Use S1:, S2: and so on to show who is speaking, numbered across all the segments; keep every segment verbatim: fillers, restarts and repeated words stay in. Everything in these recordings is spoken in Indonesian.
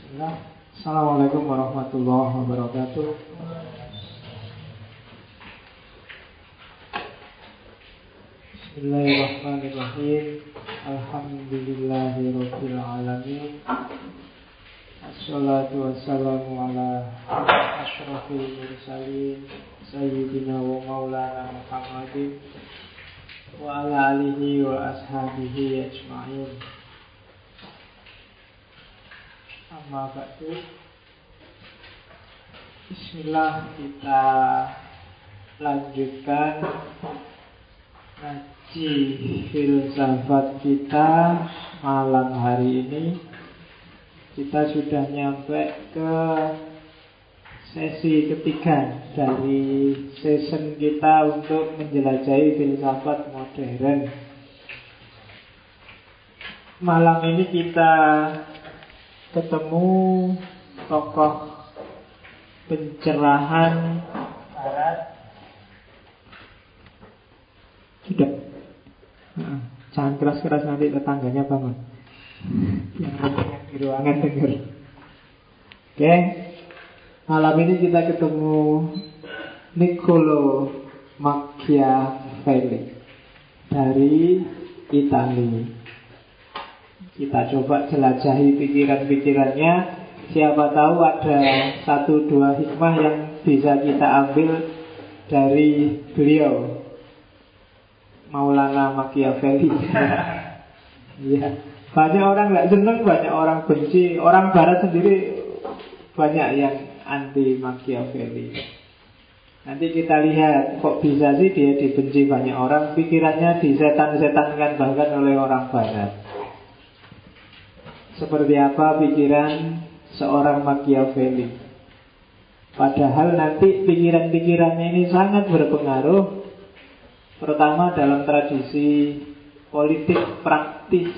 S1: Bismillah. Assalamualaikum warahmatullahi wabarakatuh. Bismillahirrahmanirrahim. Alhamdulillahirabbil alamin. Assalatu wassalamu ala asyrafil mursalin sayyidina wa maulana Muhammadin wa ala alihi wa ashabihi ajma'in. Amma ba'du. Bismillah, kita lanjutkan ngaji filsafat kita malam hari ini. Kita sudah nyampe ke sesi ketiga dari season kita untuk menjelajahi filsafat modern. Malam ini kita ketemu tokoh pencerahan barat. Sudah. Jangan keras-keras, nanti tetangganya bangun. Yang yang di ruangan dengar. Oke. Malam ini kita ketemu Niccolo Machiavelli dari Italia. Kita coba jelajahi pikiran-pikirannya. Siapa tahu ada satu dua hikmah yang bisa kita ambil dari beliau, Maulana Machiavelli. Ya, banyak orang nggak seneng, banyak orang benci. Orang Barat sendiri banyak yang anti Machiavelli. Nanti kita lihat kok bisa sih dia dibenci banyak orang. Pikirannya disetan-setankan bahkan oleh orang Barat. Seperti apa pikiran seorang Machiavelli. Padahal nanti pikiran-pikirannya ini sangat berpengaruh. Pertama dalam tradisi politik praktis.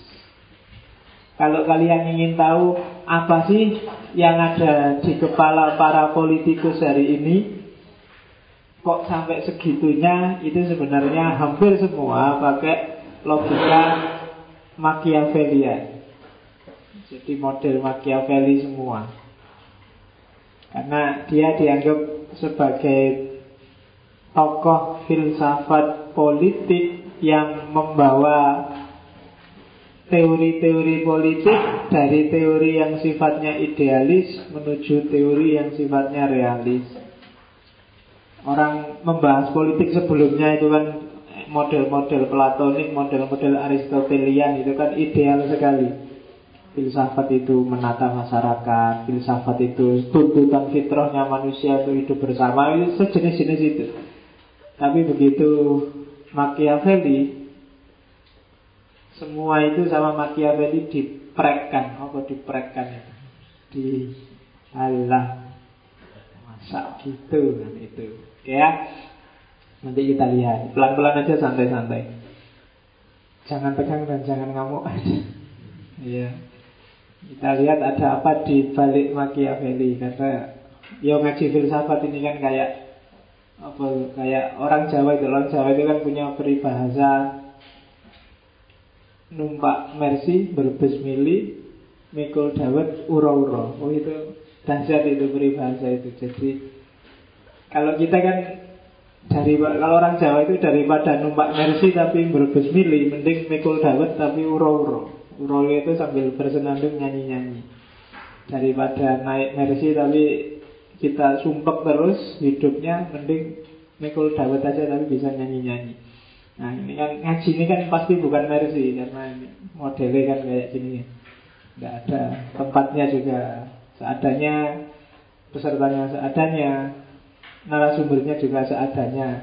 S1: Kalau kalian ingin tahu apa sih yang ada di kepala para politikus hari ini, kok sampai segitunya, itu sebenarnya hampir semua pakai logika Machiavellian. Jadi model Machiavelli semua. Karena dia dianggap sebagai tokoh filsafat politik yang membawa teori-teori politik dari teori yang sifatnya idealis menuju teori yang sifatnya realis. Orang membahas politik sebelumnya itu kan model-model platonik, model-model aristotelian, itu kan ideal sekali. Filsafat itu menata masyarakat, filsafat itu tuntutan fitrahnya manusia untuk hidup bersama, itu sejenis-jenis itu. Tapi begitu Machiavelli, semua itu sama Machiavelli diprekkan. Apa diprekkan itu? Di alah, masa gitu kan itu. Ya, nanti kita lihat. Pelan-pelan aja, santai-santai. Jangan tegang dan jangan ngamuk aja. Iya. Kita lihat ada apa di balik Machiavelli. Karena ya ngaji filsafat ini kan kayak apa, kayak orang Jawa itu. Orang Jawa itu kan punya peribahasa numpak mercy berbes mili mikul dawet ura-ura. Oh itu dahsyat itu peribahasa itu. Jadi kalau kita kan dari, kalau orang Jawa itu daripada numpak mercy tapi berbes mili, mending mikul dawet tapi ura-ura. Ura itu sambil bersenandung nyanyi-nyanyi. Daripada naik mercy tapi kita sumpek terus hidupnya, mending mikul dawet aja tapi bisa nyanyi-nyanyi. Nah ini kan ngaji ini kan pasti bukan mercy, karena ini modelnya kan kayak gini. Tidak ada tempatnya juga seadanya, pesertanya seadanya, narasumbernya juga seadanya.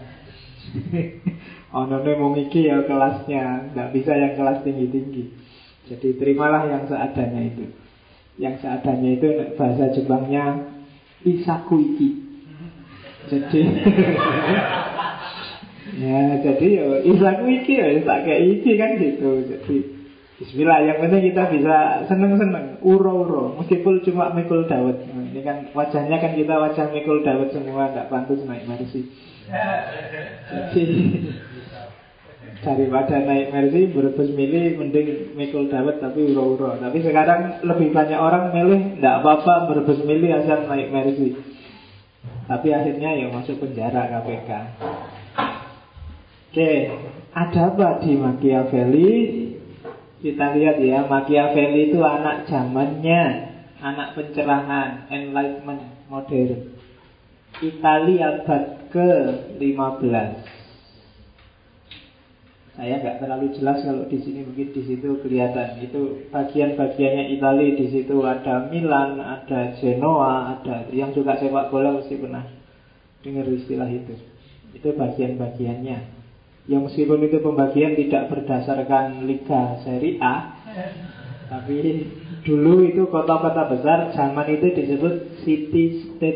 S1: Onone mau iki ya kelasnya, tidak bisa yang kelas tinggi-tinggi. Jadi terimalah yang seadanya itu. Yang seadanya itu bahasa Jepangnya isaku iki. Jadi ya jadi ya isaku iki ya tak kayak iki kan gitu. Jadi bismillah, yang penting kita bisa seneng-seneng, uro-uro, meskipun cuma mikul dawet. Nah, ini kan wajahnya kan kita wajah mikul dawet semua, tidak pantas naik mercy. Jadi Daripada naik Mercy, Brebes milih mending mikul dawet tapi uro-uro. Tapi sekarang lebih banyak orang milih tidak apa-apa Brebes milih asal naik Mercy. Tapi akhirnya ya masuk penjara K P K. Oke, ada apa di Machiavelli? Kita lihat ya, Machiavelli itu anak zamannya, anak pencerahan, enlightenment modern. Italia abad ke lima belas. Saya nggak terlalu jelas kalau di sini, mungkin di situ kelihatan. Itu bagian-bagiannya Italia, di situ ada Milan, ada Genoa, ada yang suka sepak bola mesti pernah dengar istilah itu. Itu bagian-bagiannya. Yang meskipun itu pembagian tidak berdasarkan Liga Serie A, tapi dulu itu kota-kota besar zaman itu disebut city state.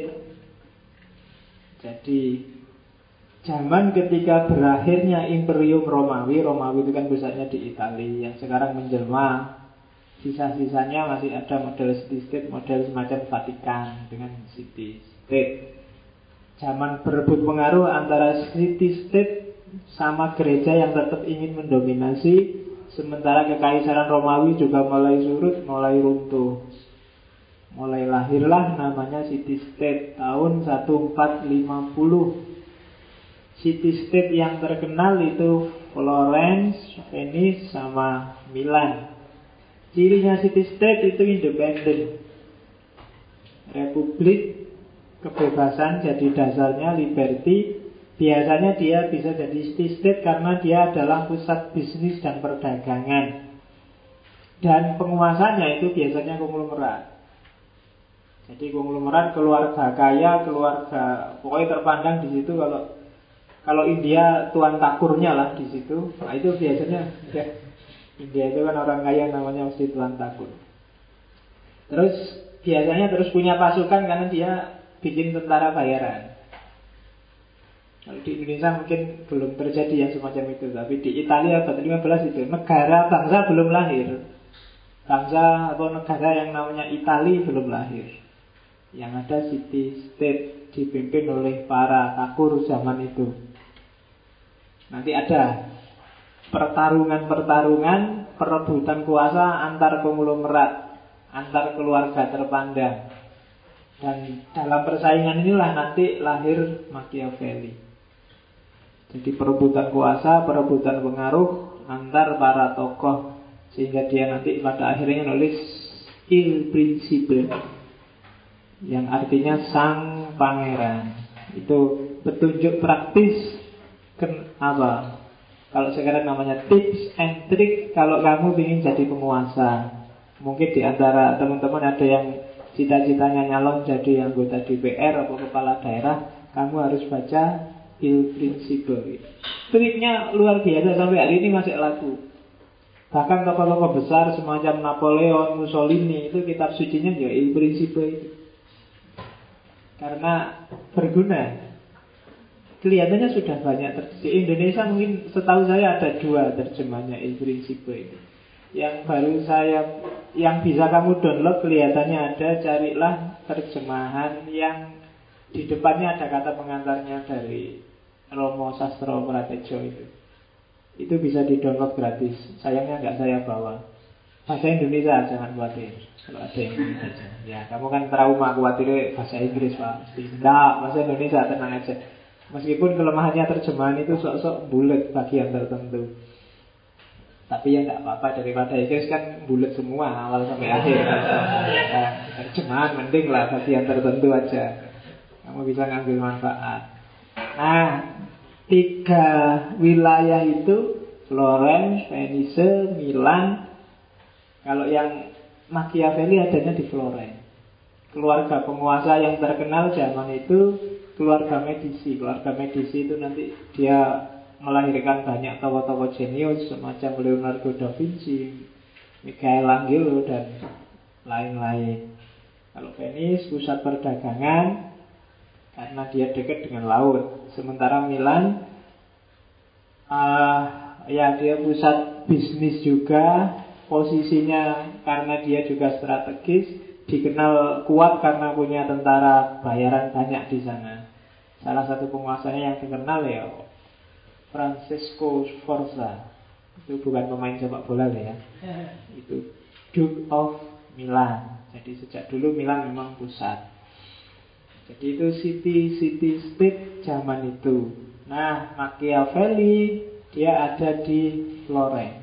S1: Jadi zaman ketika berakhirnya Imperium Romawi, Romawi itu kan pusatnya di Italia, yang sekarang menjelma. Sisa-sisanya masih ada model city state, model semacam Vatikan dengan city state. Zaman berebut pengaruh antara city state sama gereja yang tetap ingin mendominasi, sementara kekaisaran Romawi juga mulai surut, mulai runtuh. Mulai lahirlah namanya city state tahun seribu empat ratus lima puluh. City state yang terkenal itu Florence, Venice, sama Milan. Cirinya city state itu independen, republik, kebebasan jadi dasarnya, liberty. Biasanya dia bisa jadi city state karena dia adalah pusat bisnis dan perdagangan. Dan penguasanya itu biasanya konglomerat. Jadi konglomerat, keluarga kaya, keluarga pokoknya terpandang di situ. Kalau Kalau India tuan takurnya lah di situ. Nah itu biasanya ya, India itu kan orang kaya namanya mesti tuan takur. Terus biasanya terus punya pasukan karena dia bikin tentara bayaran. Kalau di Indonesia mungkin belum terjadi yang semacam itu. Tapi di Italia abad lima belas itu negara bangsa belum lahir. Bangsa atau negara yang namanya Italia belum lahir. Yang ada city state dipimpin oleh para takur zaman itu. Nanti ada pertarungan-pertarungan, perebutan kuasa antar konglomerat, antar keluarga terpandang. Dan dalam persaingan inilah nanti lahir Machiavelli. Jadi perebutan kuasa, perebutan pengaruh antar para tokoh, sehingga dia nanti pada akhirnya nulis Il Principe, yang artinya sang pangeran. Itu petunjuk praktis. Ken, apa? Kalau sekarang namanya tips and trick kalau kamu ingin jadi penguasa. Mungkin di antara teman-teman ada yang cita-citanya nyalon jadi anggota D P R atau kepala daerah. Kamu harus baca Il Principe. Triknya luar biasa, sampai hari ini masih laku. Bahkan tokoh-tokoh besar semacam Napoleon, Mussolini, itu kitab sucinya ya Il Principe itu. Karena berguna. Kelihatannya sudah banyak. Di Indonesia mungkin setahu saya ada dua terjemahnya Il Principe itu. Yang baru saya, yang bisa kamu download kelihatannya ada. Carilah terjemahan yang di depannya ada kata pengantarnya dari Romo Sastro Pratejo itu. Itu bisa di download gratis. Sayangnya nggak saya bawa. Bahasa Indonesia, jangan khawatir. Kalau ada yang ingin saja. Ya, kamu kan trauma khawatirnya bahasa Inggris Pak. Tidak, bahasa Indonesia tenang aja. Meskipun kelemahannya terjemahan itu sok-sok bulat bagian tertentu. Tapi ya nggak apa-apa, daripada Inggris kan bulat semua awal sampai akhir. Nah, terjemahan mending lah bagian tertentu aja. Kamu bisa ngambil manfaat. Nah, tiga wilayah itu Florence, Venice, Milan. Kalau yang Machiavelli adanya di Florence. Keluarga penguasa yang terkenal zaman itu keluarga Medici. Keluarga Medici itu nanti dia melahirkan banyak tokoh-tokoh jenius semacam Leonardo da Vinci, Michelangelo, dan lain-lain. Kalau Venice pusat perdagangan karena dia dekat dengan laut. Sementara Milan uh, ya dia pusat bisnis juga. Posisinya karena dia juga strategis, dikenal kuat karena punya tentara bayaran banyak di sana. Salah satu penguasanya yang terkenal ya Francesco Sforza. Itu bukan pemain sepak bola ya. Itu Duke of Milan. Jadi sejak dulu Milan memang pusat. Jadi itu city-city state zaman itu. Nah, Machiavelli dia ada di Florence.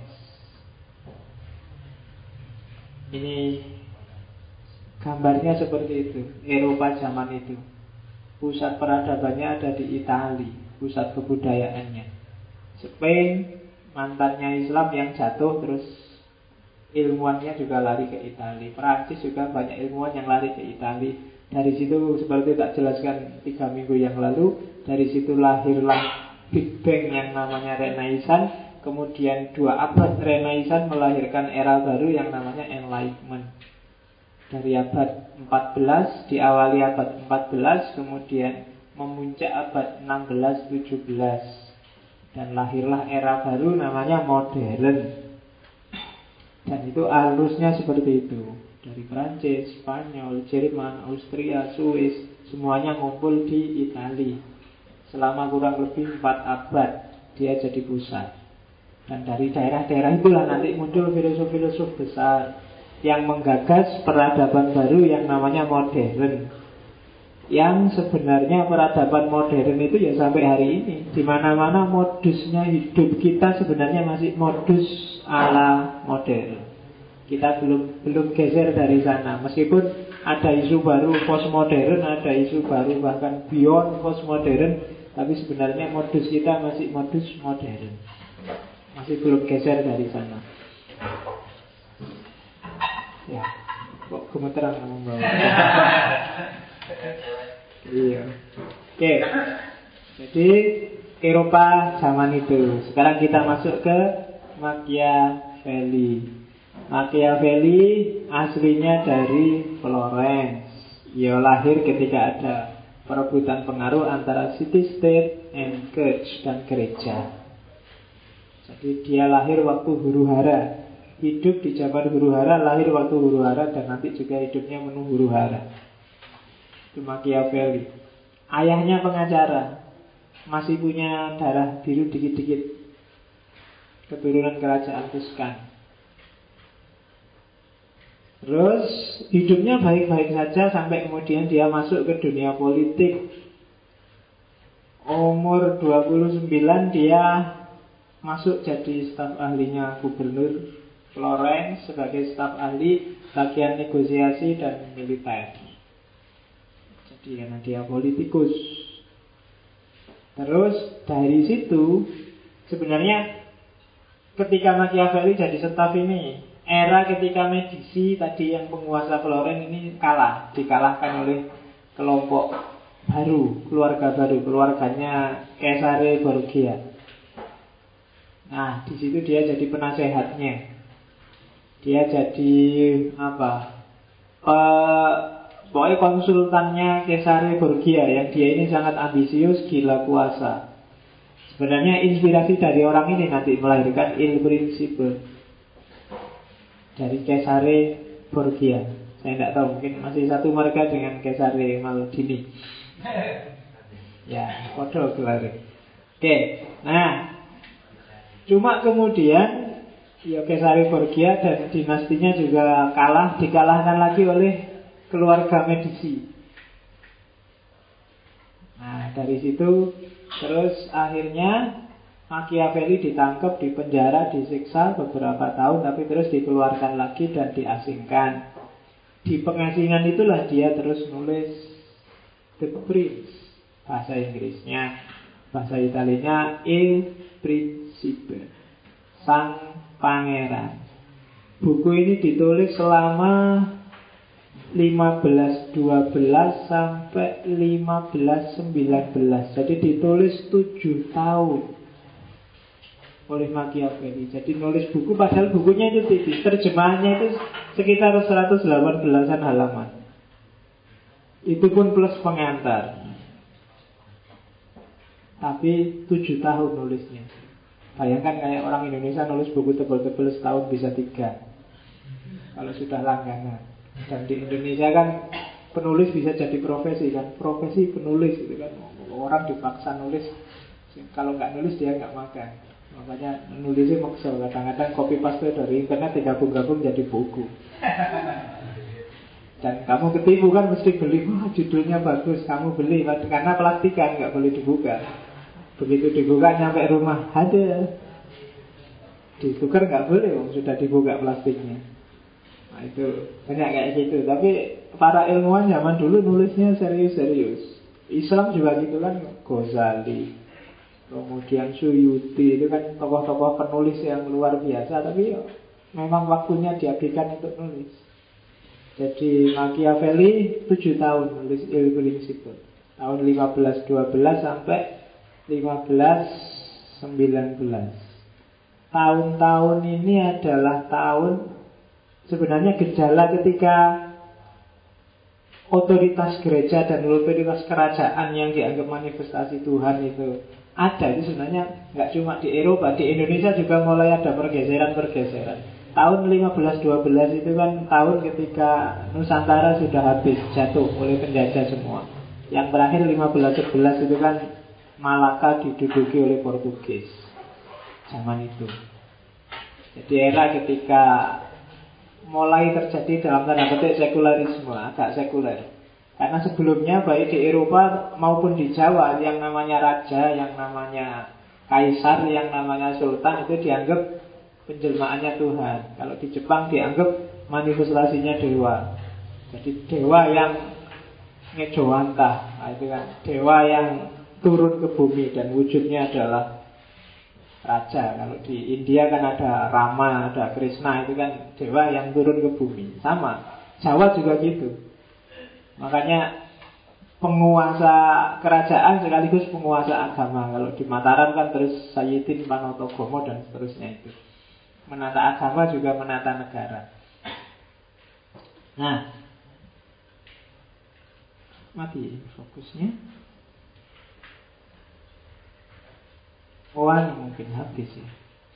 S1: Ini gambarnya seperti itu, Eropa zaman itu. Pusat peradabannya ada di Italia, pusat kebudayaannya. Spain, mantannya Islam yang jatuh, terus ilmuannya juga lari ke Italia. Perancis juga banyak ilmuwan yang lari ke Italia. Dari situ seperti tak jelaskan tiga minggu yang lalu, dari situ lahirlah Big Bang yang namanya Renaissance. Kemudian dua abad Renaissance melahirkan era baru yang namanya Enlightenment. Dari abad empat belas, diawali abad empat belas, kemudian memuncak abad enam belas tujuh belas. Dan lahirlah era baru namanya modern. Dan itu arusnya seperti itu. Dari Prancis, Spanyol, Jerman, Austria, Swiss, semuanya ngumpul di Italia. Selama kurang lebih empat abad dia jadi pusat. Dan dari daerah-daerah itulah nanti muncul filosof-filosof besar yang menggagas peradaban baru yang namanya modern. Yang sebenarnya peradaban modern itu ya sampai hari ini. Di mana-mana modusnya hidup kita sebenarnya masih modus ala modern. Kita belum belum geser dari sana. Meskipun ada isu baru postmodern, ada isu baru bahkan beyond postmodern, tapi sebenarnya modus kita masih modus modern. Masih belum geser dari sana. Ya, kok gemeteran ngomong bawah. Iya. Oke. Jadi Eropa zaman itu. Sekarang kita masuk ke Machiavelli. Machiavelli aslinya dari Florence. Ia lahir ketika ada perebutan pengaruh antara city state and church dan gereja. Jadi dia lahir waktu huru hara, hidup di zaman huru hara, lahir waktu huru hara, dan nanti juga hidupnya penuh huru hara. Itu Machiavelli. Ayahnya pengacara, masih punya darah biru dikit-dikit, keturunan kerajaan Tuscan. Terus hidupnya baik-baik saja sampai kemudian dia masuk ke dunia politik. Umur dua puluh sembilan dia masuk jadi staf ahlinya gubernur Florence sebagai staf ahli bagian negosiasi dan militer. Jadi karena dia politikus. Terus dari situ sebenarnya ketika Machiavelli jadi staf ini, era ketika Medici tadi yang penguasa Florence ini kalah, dikalahkan oleh kelompok baru, keluarga baru, keluarganya Cesare Borgia. Nah, di situ dia jadi penasehatnya. Dia jadi apa? Uh, pokoknya konsultannya Cesare Borgia, yang dia ini sangat ambisius, gila kuasa. Sebenarnya inspirasi dari orang ini nanti melahirkan Il Principe dari Cesare Borgia. Saya tidak tahu, mungkin masih satu marga dengan Cesare Maldini. Ya, foto gelare. Oke, nah. Cuma kemudian ya Cesare Borgia dan dinastinya juga kalah, dikalahkan lagi oleh keluarga Medici. Nah dari situ terus akhirnya Machiavelli ditangkap, dipenjara, disiksa beberapa tahun, tapi terus dikeluarkan lagi dan diasingkan. Di pengasingan itulah dia terus nulis The Prince, bahasa Inggrisnya, bahasa Italianya Il Principe, Sang Pangeran. Buku ini ditulis selama lima belas dua belas sampai lima belas sembilan belas. Jadi ditulis tujuh tahun oleh Machiavelli. Jadi nulis buku padahal bukunya itu tipis. Terjemahannya itu sekitar seratus delapan belasan halaman. Itu pun plus pengantar. Tapi tujuh tahun nulisnya. Bayangkan kayak orang Indonesia nulis buku tebal-tebal setahun bisa tiga. Kalau sudah langganan. Dan di Indonesia kan penulis bisa jadi profesi kan. Profesi penulis itu kan. Orang dipaksa nulis Kalau nggak nulis dia nggak makan. Makanya nulisnya maksa. Kadang-kadang copy paste dari internet digabung-gabung jadi buku. Dan kamu ketipu kan mesti beli. Wah judulnya bagus, kamu beli. Karena plastikan nggak boleh dibuka. Begitu dibuka nyampe rumah, ada. Ditukar nggak boleh, om, sudah dibuka plastiknya. Nah itu banyak kayak gitu. Tapi para ilmuwan zaman dulu nulisnya serius-serius. Islam juga gitu kan. Ghazali, kemudian Suyuti, itu kan tokoh-tokoh penulis yang luar biasa. Tapi ya, memang waktunya dihabiskan untuk nulis. Jadi Machiavelli tujuh tahun nulis Il Principe, tahun lima belas dua belas sampai lima belas sembilan belas. Tahun-tahun ini adalah tahun sebenarnya gejala ketika otoritas gereja dan otoritas kerajaan yang dianggap manifestasi Tuhan itu ada. Itu sebenarnya nggak cuma di Eropa, di Indonesia juga mulai ada pergeseran-pergeseran. Tahun lima belas dua belas itu kan tahun ketika Nusantara sudah habis, jatuh oleh penjajah semua. Yang terakhir lima belas sebelas itu kan Malaka diduduki oleh Portugis zaman itu. Jadi era ketika mulai terjadi dalam tanda petik sekularisme, agak sekuler. Karena sebelumnya baik di Eropa maupun di Jawa, yang namanya raja, yang namanya kaisar, yang namanya sultan itu dianggap penjelmaannya Tuhan. Kalau di Jepang dianggap manifestasinya dewa. Jadi dewa yang ngejowantah, nah, itu kan dewa yang turun ke bumi dan wujudnya adalah raja. Kalau di India kan ada Rama, ada Krishna, itu kan dewa yang turun ke bumi. Sama, Jawa juga gitu. Makanya penguasa kerajaan sekaligus penguasa agama. Kalau di Mataram kan terus Sayyidin Panotogomo dan seterusnya itu. Menata agama juga menata negara. Nah, mati fokusnya. Oh, ini mungkin habis ya.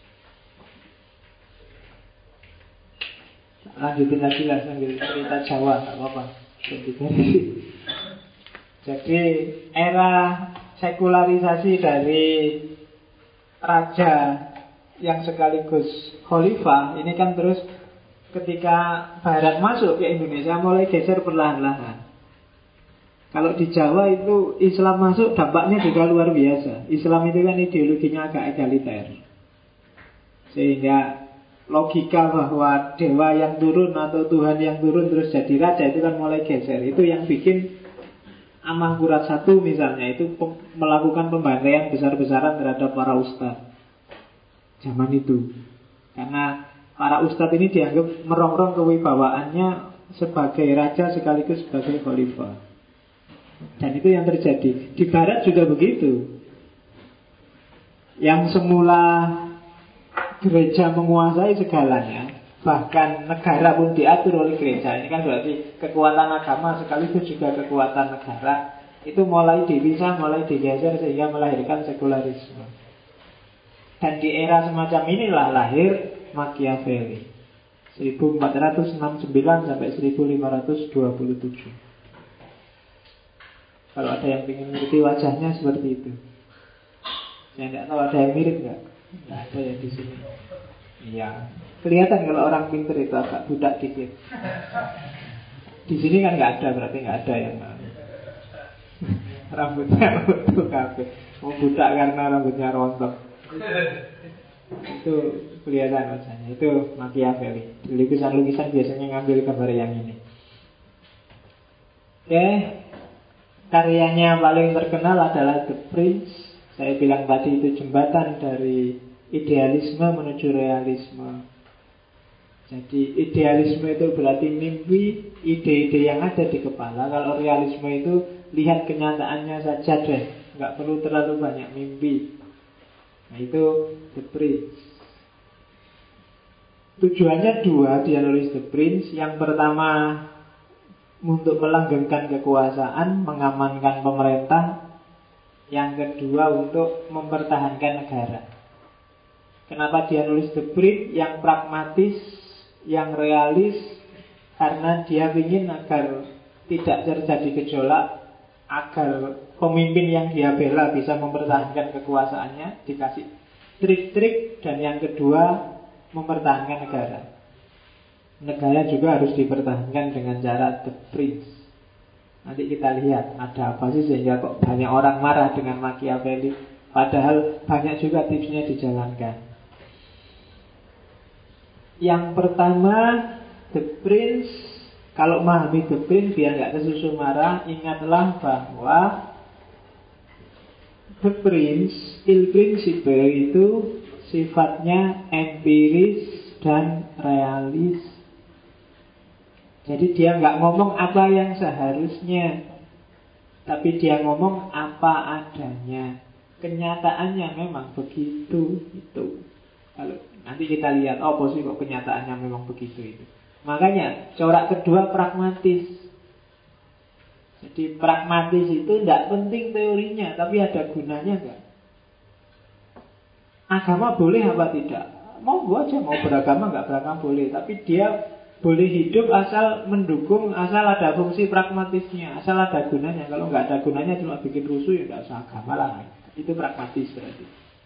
S1: Lanjutin lagi lah sambil cerita Jawa, gak apa-apa. Jadi era sekularisasi dari raja yang sekaligus khalifah ini kan terus ketika Barat masuk ke Indonesia mulai geser perlahan-lahan. Kalau di Jawa itu Islam masuk dampaknya juga luar biasa. Islam itu kan ideologinya agak egaliter, sehingga logika bahwa dewa yang turun atau Tuhan yang turun terus jadi raja itu kan mulai geser. Itu yang bikin Amangkurat satu misalnya itu melakukan pembantaian besar-besaran terhadap para ustadz zaman itu. Karena para ustadz ini dianggap merongrong kewibawaannya sebagai raja sekaligus sebagai khalifah. Dan itu yang terjadi. Di Barat juga begitu. Yang semula gereja menguasai segalanya, bahkan negara pun diatur oleh gereja. Ini kan berarti kekuatan agama sekaligus juga kekuatan negara. Itu mulai dipisah, mulai digeser sehingga melahirkan sekularisme. Dan di era semacam inilah lahir Machiavelli seribu empat ratus enam puluh sembilan sampai seribu lima ratus dua puluh tujuh. Kalau ada yang ingin ngerti wajahnya seperti itu. Saya tidak tahu ada yang mirip nggak? Nggak ada ya di sini. Iya, kelihatan kalau orang pintar itu agak budak dikit. Di sini kan nggak ada, berarti nggak ada yang rambutnya untuk kafe. Mau budak karena rambutnya rontok. Itu kelihatan wajahnya. Itu Machiavelli. Di lukisan-lukisan biasanya ngambil gambar yang ini. Oke. Okay. Karyanya paling terkenal adalah The Prince. Saya bilang tadi itu jembatan dari idealisme menuju realisme. Jadi idealisme itu berarti mimpi, ide-ide yang ada di kepala. Kalau realisme itu lihat kenyataannya saja deh, nggak perlu terlalu banyak mimpi. Nah itu The Prince. Tujuannya dua dia nulis The Prince. Yang pertama untuk melanggengkan kekuasaan, mengamankan pemerintah. Yang kedua untuk mempertahankan negara. Kenapa dia nulis The Prince? Yang pragmatis, yang realis. Karena dia ingin agar tidak terjadi gejolak agar pemimpin yang dia bela bisa mempertahankan kekuasaannya, dikasih trik-trik. Dan yang kedua, mempertahankan negara. Negara juga harus dipertahankan dengan cara The Prince. Nanti kita lihat ada apa sih sehingga kok banyak orang marah dengan Machiavelli, padahal banyak juga tipsnya dijalankan. Yang pertama, The Prince. Kalau memahami The Prince biar gak kesusu marah, ingatlah bahwa The Prince, Il Principe itu sifatnya empiris dan realis. Jadi dia nggak ngomong apa yang seharusnya, tapi dia ngomong apa adanya. Kenyataannya memang begitu itu. Kalau nanti kita lihat, oh posisi kok kenyataannya memang begitu itu. Makanya corak kedua pragmatis. Jadi pragmatis itu tidak penting teorinya, tapi ada gunanya enggak? Agama boleh apa tidak? Mau gua aja, mau beragama enggak beragama boleh, tapi dia boleh hidup asal mendukung, asal ada fungsi pragmatisnya, asal ada gunanya. Kalau enggak ada gunanya cuma bikin rusuh, ya enggak usah agama lah. Itu pragmatis berarti.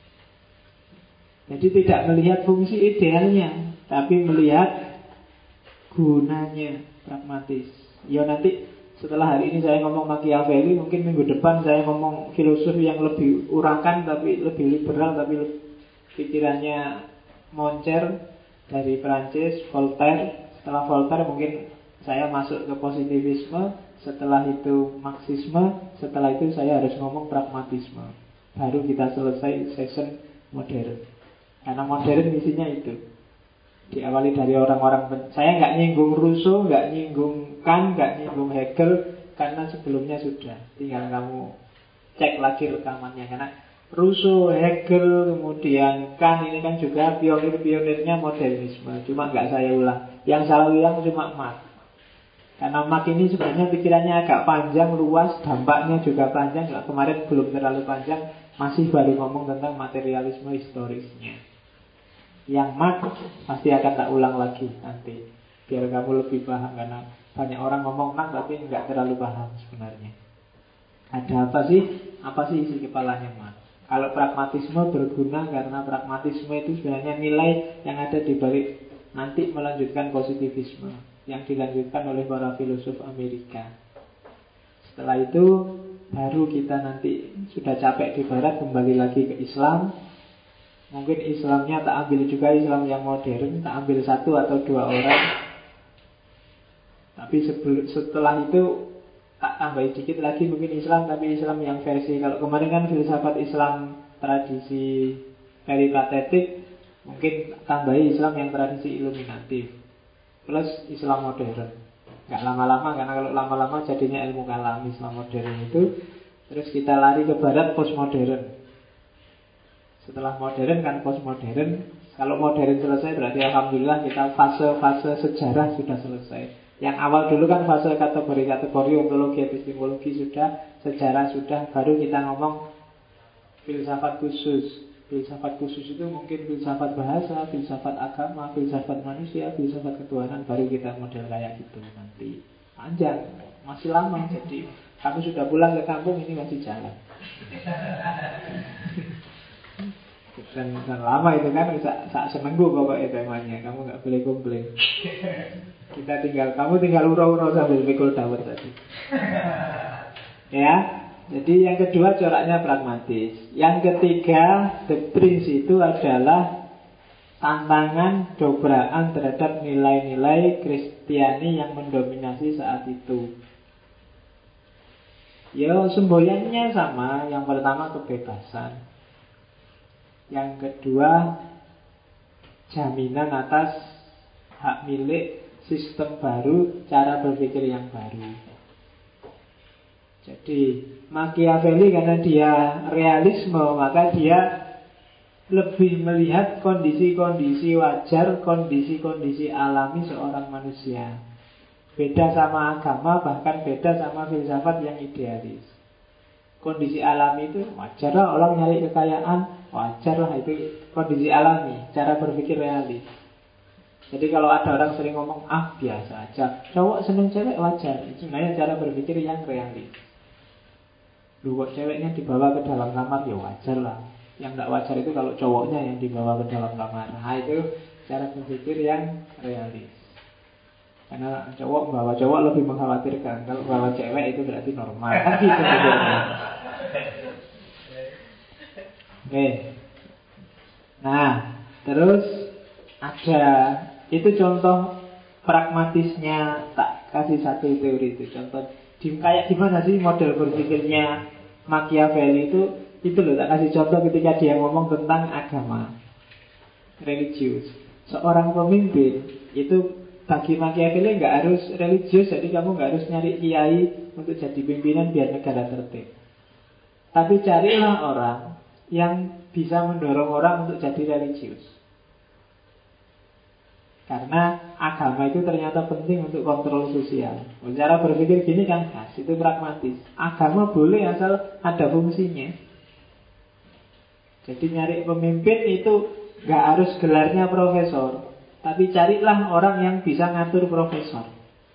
S1: Jadi tidak melihat fungsi idealnya, tapi melihat gunanya, pragmatis. Ya nanti setelah hari ini saya ngomong Machiavelli, mungkin minggu depan saya ngomong filosof yang lebih urakan tapi lebih liberal, tapi pikirannya moncer dari Prancis, Voltaire. Setelah Voltaire mungkin saya masuk ke positivisme, setelah itu Marxisme, setelah itu saya harus ngomong pragmatisme. Baru kita selesai session modern. Karena modern misinya itu diawali dari orang-orang. Saya nggak nyinggung Rousseau, nggak nyinggung Kant, nggak nyinggung Hegel, karena sebelumnya sudah. Tinggal kamu cek lagi rekamannya. Karena Rousseau, Hegel, kemudian Kant ini kan juga pionir-pionirnya modernisme. Cuma nggak saya ulang. Yang saya ulang cuma Marx. Karena Marx ini sebenarnya pikirannya agak panjang, luas, dampaknya juga panjang. Kemarin belum terlalu panjang, masih baru ngomong tentang materialisme historisnya. Yang Marx pasti akan tak ulang lagi nanti, biar kamu lebih paham. Karena banyak orang ngomong Marx tapi nggak terlalu paham sebenarnya. Ada apa sih? Apa sih isi kepalanya Marx? Kalau pragmatisme berguna karena pragmatisme itu sebenarnya nilai yang ada di balik nanti melanjutkan positivisme yang dilanjutkan oleh para filosof Amerika. Setelah itu baru kita nanti sudah capek di barat, kembali lagi ke Islam. Mungkin Islamnya tak ambil juga Islam yang modern, tak ambil satu atau dua orang. Tapi sebelum, setelah itu tak tambahin dikit lagi mungkin Islam, tapi Islam yang versi, kalau kemarin kan filsafat Islam tradisi peripatetik, mungkin tambahin Islam yang tradisi iluminatif plus Islam modern. Gak lama-lama, karena kalau lama-lama jadinya ilmu kalam. Islam modern itu, terus kita lari ke barat postmodern. Setelah modern kan postmodern. Kalau modern selesai berarti alhamdulillah kita fase-fase sejarah sudah selesai. Yang awal dulu kan fase kategori-kategori, ontologi, epistemologi sudah, sejarah sudah, baru kita ngomong filsafat khusus. Filsafat khusus itu mungkin filsafat bahasa, filsafat agama, filsafat manusia, filsafat ketuhanan. Baru kita model kayak gitu nanti. Panjang, masih lama. Jadi kamu sudah pulang ke kampung, ini masih jalan. Dan, dan lama itu kan sak seminggu pokoknya temanya. Kamu gak boleh komplain. Kita tinggal, kamu tinggal ura-ura sambil pikul dawet tadi. Ya. Jadi yang kedua coraknya pragmatis. Yang ketiga, The Prince itu adalah tantangan, dobraan terhadap nilai-nilai Kristiani yang mendominasi saat itu. Ya, semboyannya sama. Yang pertama kebebasan. Yang kedua jaminan atas hak milik, sistem baru, cara berpikir yang baru. Jadi Machiavelli karena dia realisme, maka dia lebih melihat kondisi-kondisi wajar, kondisi-kondisi alami seorang manusia. Beda sama agama, bahkan beda sama filsafat yang idealis. Kondisi alami itu wajar lah, orang nyari kekayaan, wajar lah, itu kondisi alami, cara berpikir realis. Jadi kalau ada orang sering ngomong, ah biasa aja, cowok seneng cewek wajar, itu sebenarnya cara berpikir yang realis. Lu kok ceweknya dibawa ke dalam kamar, ya wajar lah. Yang tidak wajar itu kalau cowoknya yang dibawa ke dalam kamar. Nah itu cara berpikir yang realis. Karena cowok bawa cowok lebih mengkhawatirkan. Kalau bawa cewek itu berarti normal. Kan gitu pikirnya. Oke. Nah, terus ada, itu contoh pragmatisnya, tak kasih satu teori itu. Contoh di, kayak gimana sih model berpikirnya Machiavelli itu. Itu loh, tak kasih contoh ketika dia ngomong tentang agama, religius. Seorang pemimpin itu bagi Machiavelli nggak harus religius, jadi kamu nggak harus nyari kiai untuk jadi pimpinan biar negara tertib. Tapi carilah orang yang bisa mendorong orang untuk jadi religius. Karena agama itu ternyata penting untuk kontrol sosial. Cara berpikir gini kan khas, itu pragmatis. Agama boleh asal ada fungsinya. Jadi nyari pemimpin itu gak harus gelarnya profesor, tapi carilah orang yang bisa ngatur profesor.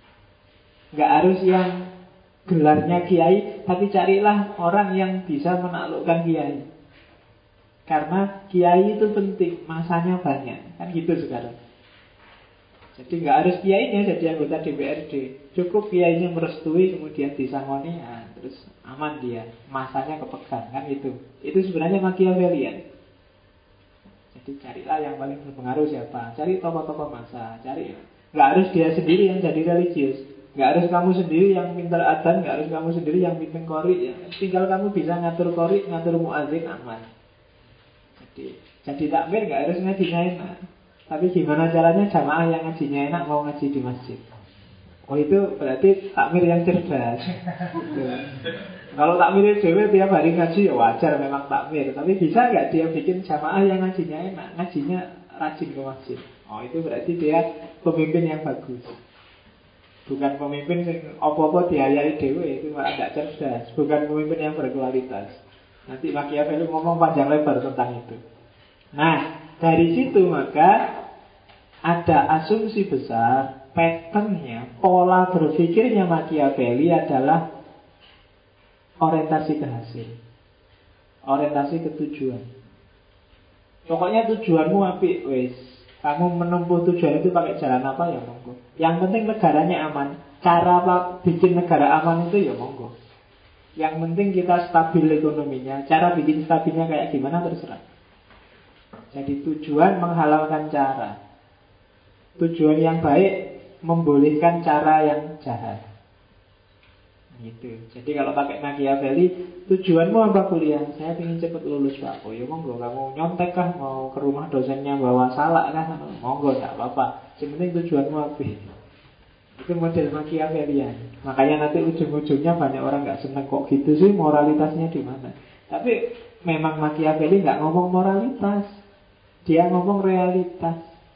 S1: Gak harus yang gelarnya kiai, tapi carilah orang yang bisa menaklukkan kiai. Karena kiai itu penting, masanya banyak. Kan gitu sekarang. Jadi gak harus kiainya jadi anggota D P R D, cukup kiainya merestui kemudian disangoni, ya, terus aman dia, masanya kepegang, kan itu. Itu sebenarnya Machiavellian. Jadi carilah yang paling berpengaruh siapa, cari tokoh-tokoh masa, cari. Gak harus dia sendiri yang jadi religius, gak harus kamu sendiri yang pintar adzan, gak harus kamu sendiri yang pimpin qori, ya. Tinggal kamu bisa ngatur qori, ngatur muadzin, aman. Jadi jadi takmir gak harus ngajinya enak. Tapi gimana caranya jamaah yang ngajinya enak mau ngaji di masjid. Oh itu berarti takmir yang cerdas. Kalau takmir dewe tiap hari ngaji ya wajar memang takmir. Tapi bisa nggak dia bikin jamaah yang ngajinya enak, ngajinya rajin ke masjid. Oh itu berarti dia pemimpin yang bagus. Bukan pemimpin yang opo-opo diayai dewe, itu malah tidak cerdas. Bukan pemimpin yang berkualitas. Nanti Machiavelli ngomong panjang lebar tentang itu. Nah, dari situ maka ada asumsi besar, patternnya, pola berpikirnya Machiavelli adalah orientasi ke hasil, orientasi ke tujuan. Pokoknya tujuanmu apik, wes. Kamu menempuh tujuan itu pakai jalan apa ya monggo. Yang penting negaranya aman. Cara apa bikin negara aman itu ya monggo. Yang penting kita stabil ekonominya. Cara bikin stabilnya kayak gimana terserah. Jadi tujuan menghalalkan cara. Tujuan yang baik membolehkan cara yang jahat. Gitu. Jadi kalau pakai Machiavelli, tujuanmu apa kuliah? Saya ingin cepat lulus Pak. Oh ya monggo, kamu nyontek kah? Mau ke rumah dosennya bawa salak kah? Monggo, tidak apa-apa. Yang penting tujuanmu apa? Itu model Machiavellian. Makanya nanti ujung-ujungnya banyak orang nggak seneng kok gitu sih, moralitasnya di mana? Tapi memang Machiavelli nggak ngomong moralitas. Dia ngomong realitas.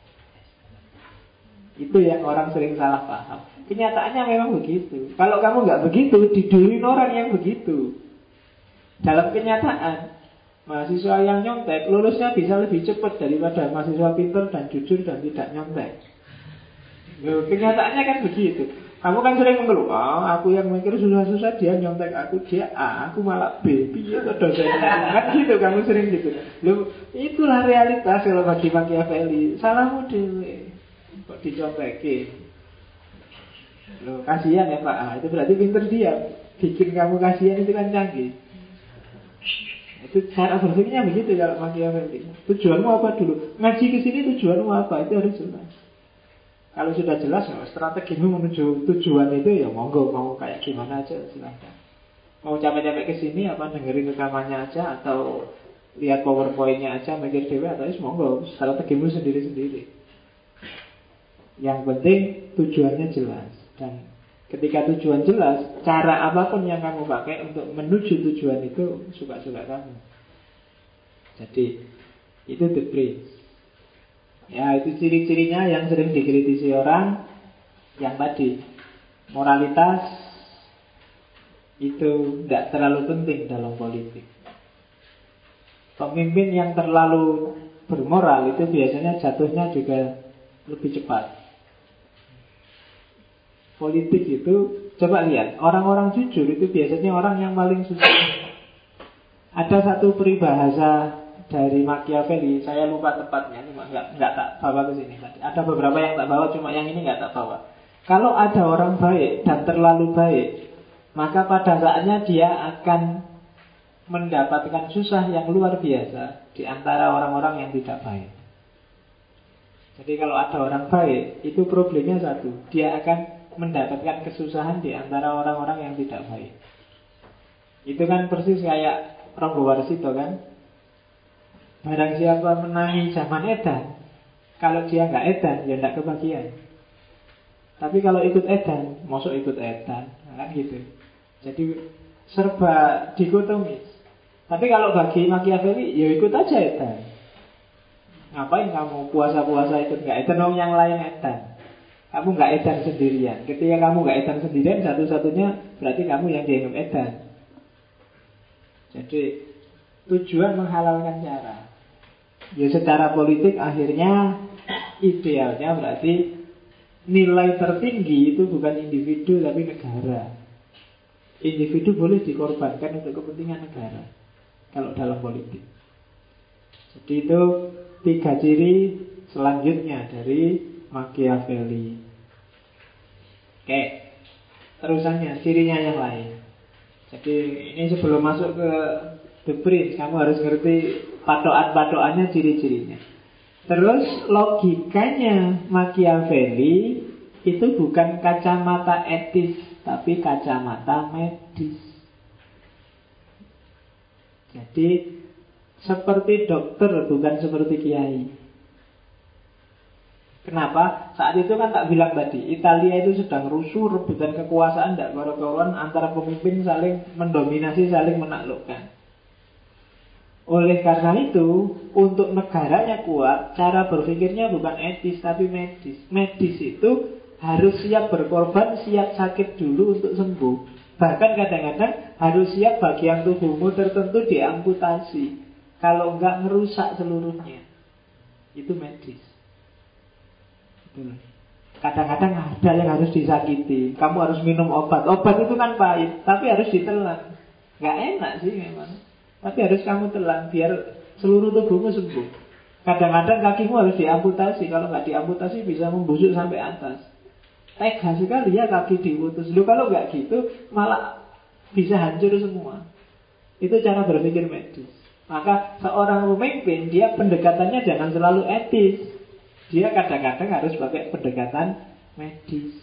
S1: Itu yang orang sering salah paham. Kenyataannya memang begitu. Kalau kamu nggak begitu, diduluin orang yang begitu. Dalam kenyataan, mahasiswa yang nyontek lulusnya bisa lebih cepat daripada mahasiswa pintar dan jujur dan tidak nyontek. Loh, kenyataannya kan begitu. Kamu kan sering mengeluh, oh, aku yang mikir susah-susah, dia nyontek aku, dia A, aku malah B. Piye to dosennya? Kan gitu, kamu sering gitu. Loh, itulah realitas kalau bagi Machiavelli. Salahmu dewe kok dicontekin. Loh, kasihan ya Pak. Ah, itu berarti pinter dia. Bikin kamu kasihan itu kan canggih. Itu cara berpikirnya begitu kalau Machiavelli. Tujuanmu apa dulu? Ngaji ke sini tujuanmu apa? Itu harus jelas. Kalau sudah jelas, strategimu menuju tujuan itu ya monggo, mau kayak gimana aja silahkan. Mau capek-capek ke sini apa dengerin rekamannya aja atau lihat powerpointnya aja mikir dewe atau is monggo, strategimu sendiri-sendiri. Yang penting tujuannya jelas. Dan ketika tujuan jelas, cara apapun yang kamu pakai untuk menuju tujuan itu suka-suka kamu. Jadi itu the brains. Ya itu ciri-cirinya yang sering dikritisi orang. Yang tadi, moralitas itu tidak terlalu penting dalam politik. Pemimpin yang terlalu bermoral itu biasanya jatuhnya juga lebih cepat. Politik itu Coba lihat, orang-orang jujur itu biasanya orang yang paling susah. Ada satu peribahasa dari Machiavelli, saya lupa tepatnya, cuma nggak nggak tak bawa ke sini tadi. Ada beberapa yang tak bawa, cuma yang ini nggak tak bawa. Kalau ada orang baik dan terlalu baik, maka pada saatnya dia akan mendapatkan susah yang luar biasa di antara orang-orang yang tidak baik. Jadi kalau ada orang baik, itu problemnya satu, dia akan mendapatkan kesusahan di antara orang-orang yang tidak baik. Itu kan persis kayak Ronggo Warsito kan. Barang siapa menangi zaman edan, kalau dia nggak edan, ya nggak kebagian. Tapi kalau ikut edan, masuk ikut edan, nah, kan gitu. Jadi serba dikotomis. Tapi kalau bagi Machiavelli, ya ikut aja edan. Ngapain kamu puasa-puasa ikut nggak edan? Dong yang lain edan. Kamu nggak edan sendirian. Ketika kamu nggak edan sendirian, satu-satunya berarti kamu yang dianggap edan. Jadi tujuan menghalalkan cara. Ya secara politik akhirnya idealnya berarti nilai tertinggi itu bukan individu tapi negara. Individu boleh dikorbankan untuk kepentingan negara kalau dalam politik. Jadi itu tiga ciri selanjutnya dari Machiavelli. Oke, terusannya, cirinya yang lain. Jadi ini sebelum masuk ke The Prince, kamu harus ngerti patokan-patokannya, ciri-cirinya. Terus logikanya Machiavelli itu bukan kacamata etis, tapi kacamata medis. Jadi seperti dokter, bukan seperti kiai. Kenapa? Saat itu kan tak bilang tadi, Italia itu sedang rusuh, rebutan kekuasaan, tidak karu-karuan, antara pemimpin saling mendominasi, saling menaklukkan. Oleh karena itu, untuk negaranya kuat, cara berpikirnya bukan etis tapi medis. Medis itu harus siap berkorban, siap sakit dulu untuk sembuh. Bahkan kadang-kadang harus siap bagian tubuhmu tertentu diamputasi. Kalau enggak ngerusak seluruhnya. Itu medis. Kadang-kadang ada yang harus disakiti. Kamu harus minum obat. Obat itu kan pahit, tapi harus ditelan. Gak enak sih memang, tapi harus kamu telan biar seluruh tubuhmu sembuh. Kadang-kadang kakimu harus diamputasi. Kalau nggak diamputasi bisa membusuk sampai atas. Tega sekali ya kaki diputus. Loh kalau nggak gitu malah bisa hancur semua. Itu cara berpikir medis. Maka seorang pemimpin, dia pendekatannya jangan selalu etis. Dia kadang-kadang harus pakai pendekatan medis.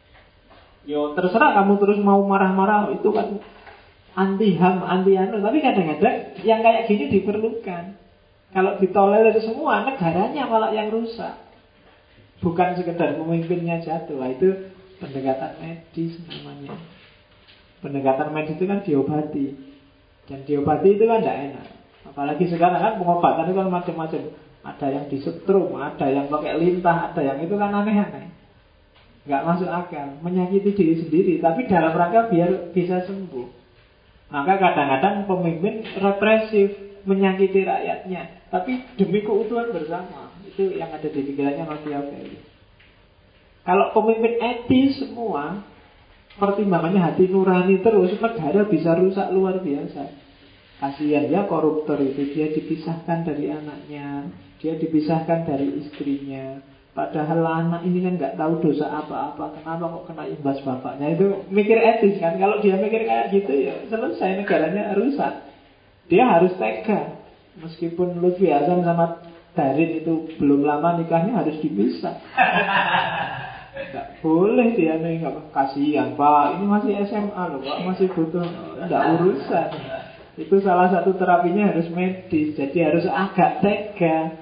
S1: Yo terserah kamu terus mau marah-marah, itu kan anti ham, anti anu. Tapi kadang-kadang yang kayak gini diperlukan. Kalau ditolerir semua, negaranya malah yang rusak. Bukan sekedar pemimpinnya jatuh. Itu pendekatan medis namanya. Pendekatan medis itu kan diobati. Dan diobati itu kan tidak enak. Apalagi sekarang kan pengobatan itu kan macam-macam. Ada yang disetrum, ada yang pakai lintah, ada yang itu kan aneh-aneh. Gak masuk akal, menyakiti diri sendiri, tapi dalam rangka biar bisa sembuh. Maka kadang-kadang pemimpin represif, menyakiti rakyatnya, tapi demi keutuhan bersama. Itu yang ada di pikirannya Machiavelli. Kalau pemimpin etis semua, pertimbangannya hati nurani terus, negara bisa rusak luar biasa. Kasihan ya koruptor itu, dia dipisahkan dari anaknya, dia dipisahkan dari istrinya. Padahal anak ini kan nggak tahu dosa apa-apa, kenapa kok kena imbas bapaknya. Itu mikir etis kan. Kalau dia mikir kayak gitu ya selesai, negaranya rusak. Dia harus tega. Meskipun Lutfi Hasan sama Darin itu belum lama nikahnya, harus dipisah. Nggak boleh dia nih, kasihan Pak, ini masih S M A loh Pak, masih butuh. Nggak urusan. Itu salah satu terapinya harus medis. Jadi harus agak tega.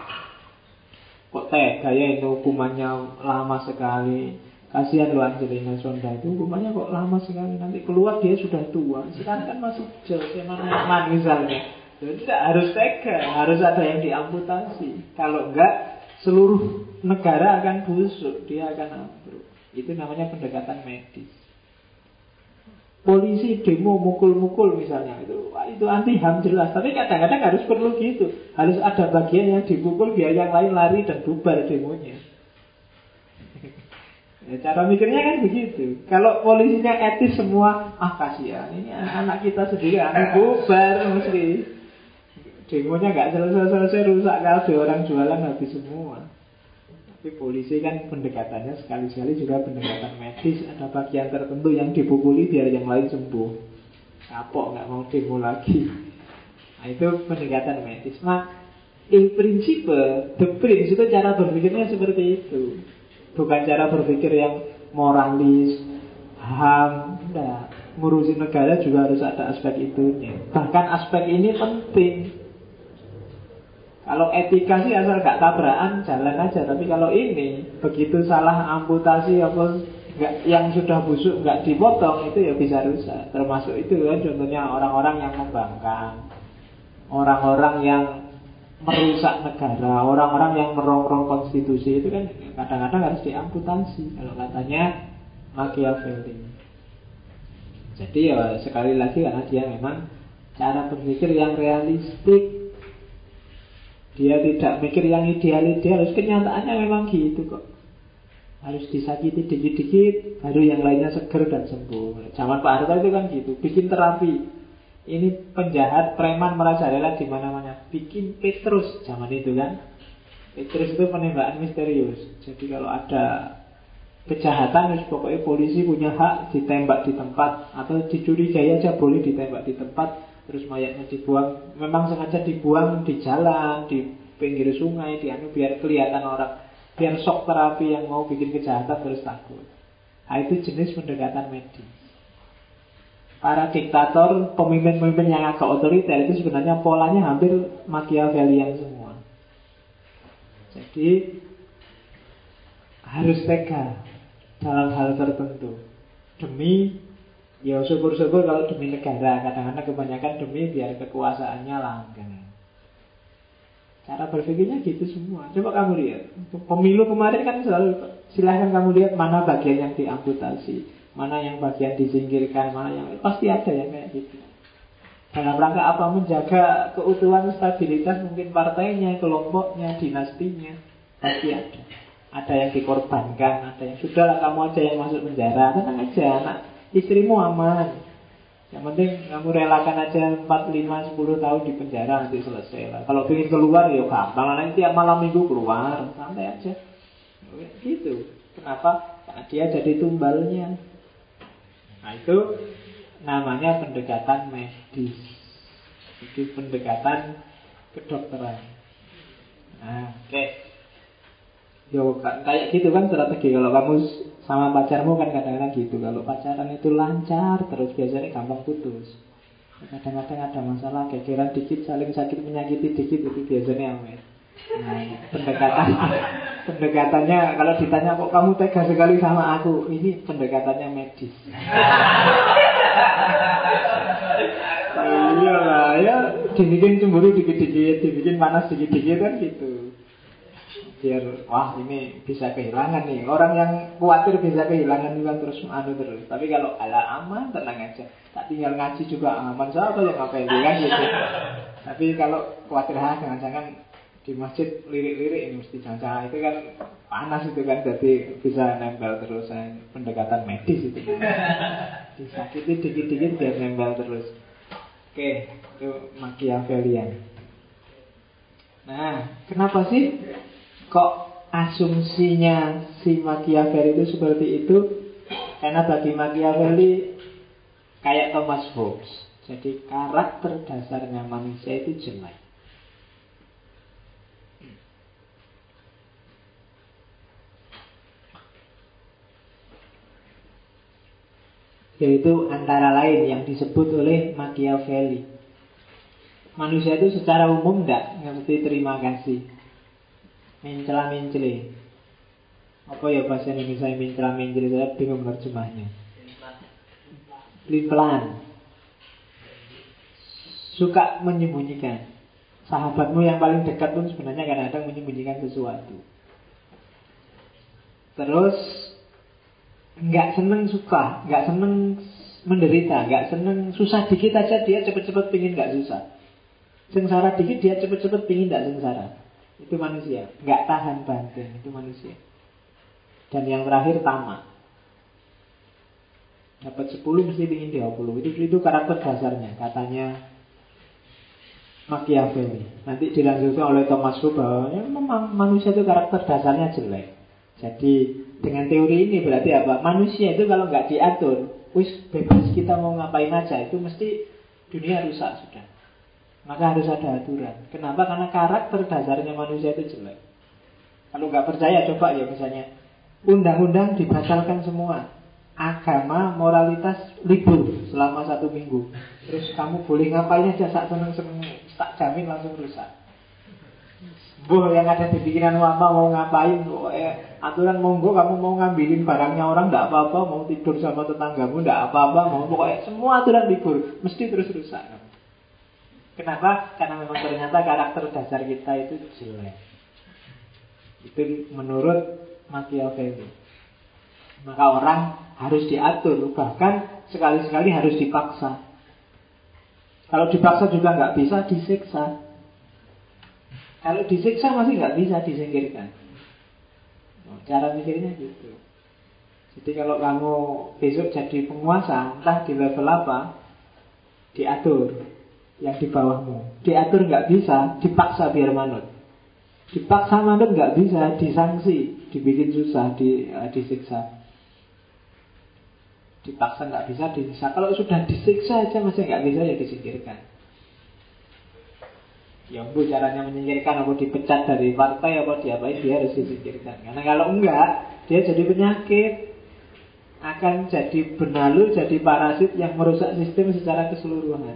S1: Kok tega ya, itu hukumannya lama sekali. Kasihan loh Angelina Sonda, itu hukumannya kok lama sekali. Nanti keluar dia sudah tua. Sekarang kan masih Jose Manuel misalnya. Jadi tidak harus tega, harus ada yang diamputasi. Kalau enggak, seluruh negara akan busuk, dia akan ambruk. Itu namanya pendekatan medis. Polisi demo mukul-mukul misalnya, itu itu anti ham jelas. Tapi kadang-kadang harus perlu gitu. Harus ada bagian yang dipukul biar yang lain lari dan bubar demonya. Ya, cara mikirnya kan begitu. Kalau polisinya etis semua, ah kasihan, ini anak kita sendiri, anak bubar mesti. Demonya nggak selesai-selesai, rusak kabeh, orang jualan habis semua. Tapi polisi kan pendekatannya sekali-sekali juga pendekatan medis. Ada bagian tertentu yang dipukuli biar yang lain sembuh. Kapok nggak mau demo lagi. Nah itu pendekatan medis. Nah, in principle, the prince itu cara berpikirnya seperti itu. Bukan cara berpikir yang moralis, ham, enggak. Ngurusin negara juga harus ada aspek itunya. Bahkan aspek ini penting. Kalau etika sih asal gak tabrakan jalan aja. Tapi kalau ini begitu salah amputasi apa gak, yang sudah busuk gak dipotong, itu ya bisa rusak. Termasuk itu kan contohnya orang-orang yang membangkang, orang-orang yang merusak negara, orang-orang yang merongrong konstitusi, itu kan kadang-kadang harus diamputasi kalau katanya Machiavelli. Jadi ya sekali lagi karena dia memang cara berpikir yang realistik, dia tidak mikir yang ideal-ideal. Kenyataannya memang gitu kok. Harus disakiti dikit-dikit baru yang lainnya seger dan sembuh. Zaman Pak Harto itu kan gitu, bikin terapi. Ini penjahat, preman merajalela di mana-mana. Bikin Petrus zaman itu kan. Petrus itu penembakan misterius. Jadi kalau ada kejahatan, pokoknya polisi punya hak ditembak di tempat, atau dicurigai aja boleh ditembak di tempat. Terus mayatnya dibuang, memang sengaja dibuang di jalan, di pinggir sungai, di anu biar kelihatan orang, biar shock terapi yang mau bikin kejahatan terus takut. Nah itu jenis pendekatan medis. Para diktator, pemimpin-pemimpin yang agak otoriter itu sebenarnya polanya hampir Machiavellian semua. Jadi harus tega dalam hal tertentu demi, ya syukur-syukur kalau demi negara. Kadang-kadang kebanyakan demi biar kekuasaannya langgeng. Cara berpikirnya gitu semua. Coba kamu lihat pemilu kemarin kan selalu, silahkan kamu lihat mana bagian yang diamputasi, mana yang bagian disingkirkan, mana yang pasti ada yang kayak gitu. Dalam rangka apa? Menjaga keutuhan stabilitas mungkin partainya, kelompoknya, dinastinya. Pasti ada. Ada yang dikorbankan, ada yang sudahlah kamu aja yang masuk penjara, tenang aja, anak istrimu aman. Yang penting kamu relakan aja empat, lima, sepuluh tahun di penjara, nanti selesai lah. Kalau ingin keluar ya gampang, nanti tiap malam minggu keluar, santai aja. Gitu. Kenapa? Karena dia jadi tumbalnya. Nah itu namanya pendekatan medis. Itu pendekatan kedokteran. Nah, oke okay. Yo, kayak gitu kan strategi. Kalau kamu sama pacarmu kan kadang-kadang gitu. Kalau pacaran itu lancar terus biasanya gampang putus. Kadang-kadang ada masalah, gegeran dikit, saling sakit menyakiti dikit, itu biasanya amin. Nah, pendekatan pendekatannya kalau ditanya kok kamu tega sekali sama aku, ini pendekatannya medis. Iyalah ya, dibikin cemburu dikit-dikit, dibikin panas dikit-dikit kan gitu. Biar wah ini bisa kehilangan nih. Orang yang khawatir bisa kehilangan juga terus anu terus. Tapi kalau ala aman tenang aja. Tak tinggal ngaji juga aman. Siapa yang ngapain kan gitu. Tapi kalau khawatir ha jangan-jangan di masjid lirik-lirik ini mesti jangan, itu kan panas itu kan, jadi bisa nempel terus. Pendekatan medis itu disakiti dikit-dikit biar nempel terus. Oke, itu Machiavellian. Nah, kenapa sih kok asumsinya si Machiavelli itu seperti itu? Karena bagi Machiavelli kayak Thomas Hobbes, jadi karakter dasarnya manusia itu jelek. Yaitu antara lain yang disebut oleh Machiavelli, manusia itu secara umum tidak ngerti terima kasih, mencela-mencele. Apa ya bahasa Indonesia mencela-mencele? Saya bingung terjemahnya. Pelin-pelan, suka menyembunyikan. Sahabatmu yang paling dekat pun sebenarnya kadang-kadang menyembunyikan sesuatu. Terus nggak seneng suka, nggak seneng menderita, nggak seneng susah dikit aja dia cepet-cepet pingin nggak susah. Sengsara dikit dia cepet-cepet pingin nggak sengsara. Itu manusia, nggak tahan banting, itu manusia. Dan yang terakhir tamak. Dapat sepuluh mesti ingin dua puluh. Itu, itu karakter dasarnya, katanya Machiavelli. Nanti dilanjutkan oleh Thomas Hobbes bahwa ya, memang manusia itu karakter dasarnya jelek. Jadi dengan teori ini berarti apa? Manusia itu kalau nggak diatur, wis bebas kita mau ngapain aja, itu mesti dunia rusak sudah. Maka harus ada aturan. Kenapa? Karena karakter dasarnya manusia itu jelek. Kalau nggak percaya coba ya misalnya undang-undang dibatalkan semua, agama, moralitas libur selama satu minggu. Terus kamu boleh ngapain aja sak seneng-seneng, tak jamin langsung rusak. Boh yang ada di pikiran apa mau ngapain, oh, eh, aturan monggo kamu mau ngambilin barangnya orang tidak apa-apa, mau tidur sama tetanggamu tidak apa-apa, mau pokoknya semua aturan libur, mesti terus rusak. Kenapa? Karena memang ternyata karakter dasar kita itu jelek. Itu menurut Machiavelli. Maka orang harus diatur, bahkan sekali-sekali harus dipaksa. Kalau dipaksa juga nggak bisa, disiksa. Kalau disiksa masih nggak bisa disingkirkan. Cara mikirnya gitu. Jadi kalau kamu besok jadi penguasa, entah di level apa, diatur yang di bawahmu. Diatur nggak bisa, dipaksa biar manut. Dipaksa manut nggak bisa, disanksi, dibikin susah, di, uh, disiksa. Dipaksa nggak bisa, disiksa. Kalau sudah disiksa aja masih nggak bisa, ya disingkirkan. Ya bu caranya menyingkirkan, apa dipecat dari partai, apa diapain, dia harus disingkirkan. Karena kalau enggak, dia jadi penyakit, akan jadi benalu, jadi parasit yang merusak sistem secara keseluruhan.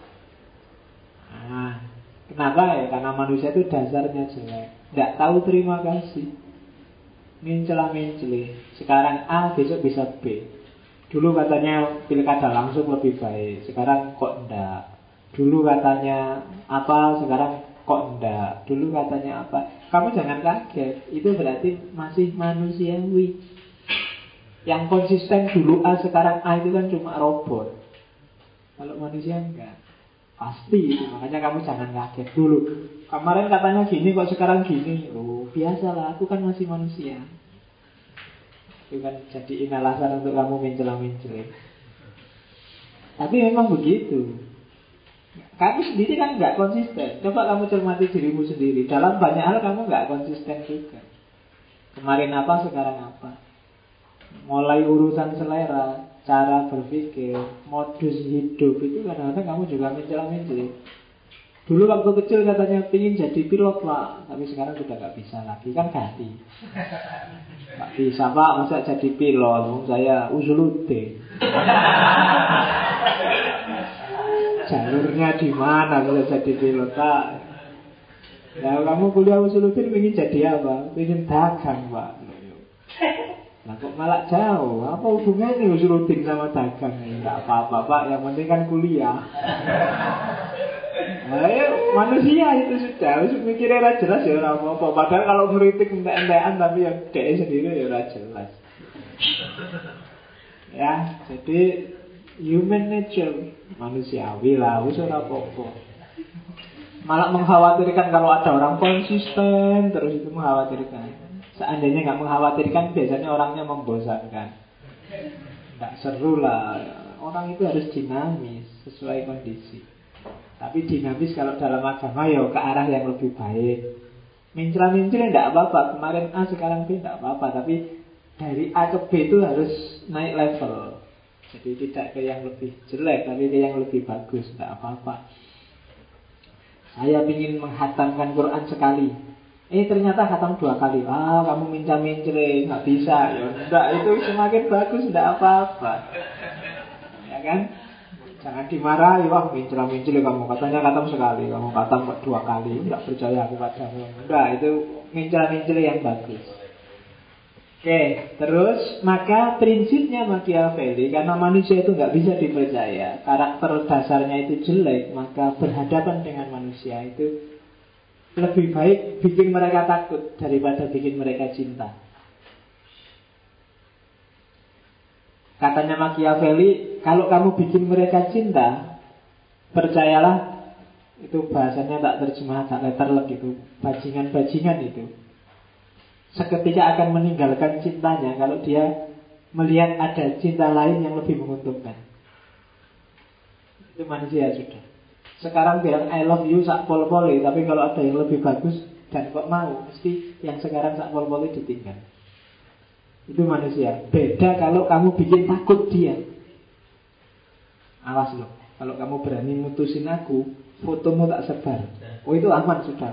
S1: Nah, kenapa ya? Karena manusia itu dasarnya jelek, tidak tahu terima kasih, mencela-menceli. Sekarang A, besok bisa B. Dulu katanya pilkada langsung lebih baik, sekarang kok enggak. Dulu katanya apa, sekarang kok enggak. Dulu katanya apa. Kamu jangan kaget, itu berarti masih manusiawi. Yang konsisten dulu A, sekarang A itu kan cuma robot. Kalau manusia enggak, pasti itu. Makanya kamu jangan kaget dulu. Kemarin katanya gini, kok sekarang gini. Oh biasalah, aku kan masih manusia. Itu kan jadi alasan untuk kamu mencela-mencela. Tapi memang begitu. Kamu sendiri kan nggak konsisten. Coba kamu cermati dirimu sendiri. Dalam banyak hal kamu nggak konsisten juga. Kemarin apa, sekarang apa. Mulai urusan selera, cara berpikir, modus hidup, itu kadang-kadang kamu juga mencela-mencela. Dulu waktu kecil katanya pingin jadi pilot pak, tapi sekarang sudah nggak bisa lagi, kan ganti. Nggak bisa pak, masa jadi pilot? Saya Usuluddin. Jalurnya di mana bisa jadi pilot pak? Ya kamu kuliah Usuluddin ingin jadi apa? Ingin dagang pak. Nah kok malah jauh? Apa hubungannya Usuluddin sama dagang? Enggak apa-apa pak, yang penting kan kuliah. Ayo manusia itu sudah, mikirnya ora jelas ya ora apa-apa. Padahal kalau ngeritik entek-entekan tapi yang dia sendiri ya ora jelas. Ya, jadi human nature, manusiawi lah, wis ora apa-apa. Malah mengkhawatirkan kalau ada orang konsisten, terus itu mengkhawatirkan. Seandainya nggak mengkhawatirkan, biasanya orangnya membosankan. Nggak seru lah. Orang itu harus dinamis sesuai kondisi. Tapi dinamis kalau dalam agama ya ke arah yang lebih baik. Mincra-mincra tidak apa-apa. Kemarin A, sekarang B tidak apa-apa. Tapi dari A ke B itu harus naik level. Jadi tidak ke yang lebih jelek, tapi ke yang lebih bagus. Tidak apa-apa. Saya ingin menghatamkan Quran sekali. Eh ternyata khatam dua kali. Ah kamu minca-mincre, nggak bisa. Ya enggak, itu semakin bagus, tidak apa-apa. Ya kan? Jangan dimarahi, wah mincra-mincre kamu. Katanya khatam sekali, kamu khatam dua kali. Enggak percaya aku padamu. Enggak, itu minca-mincre yang bagus. Oke, terus maka prinsipnya Machiavelli, karena manusia itu nggak bisa dipercaya, karakter dasarnya itu jelek, maka berhadapan dengan manusia itu lebih baik bikin mereka takut daripada bikin mereka cinta. Katanya Machiavelli, kalau kamu bikin mereka cinta, percayalah, itu bahasanya tak terjemah, tak letterlek itu, bajingan-bajingan itu. seketika akan meninggalkan cintanya kalau dia melihat ada cinta lain yang lebih menguntungkan. Itu manusia sudah. Sekarang bilang I love you sak pol-pole, tapi kalau ada yang lebih bagus dan kok mau, mesti yang sekarang sak pol-pole ditinggal. Itu manusia. Beda kalau kamu bikin takut dia. Awas loh, kalau kamu berani mutusin aku, fotomu tak sebar. Oh itu aman sudah.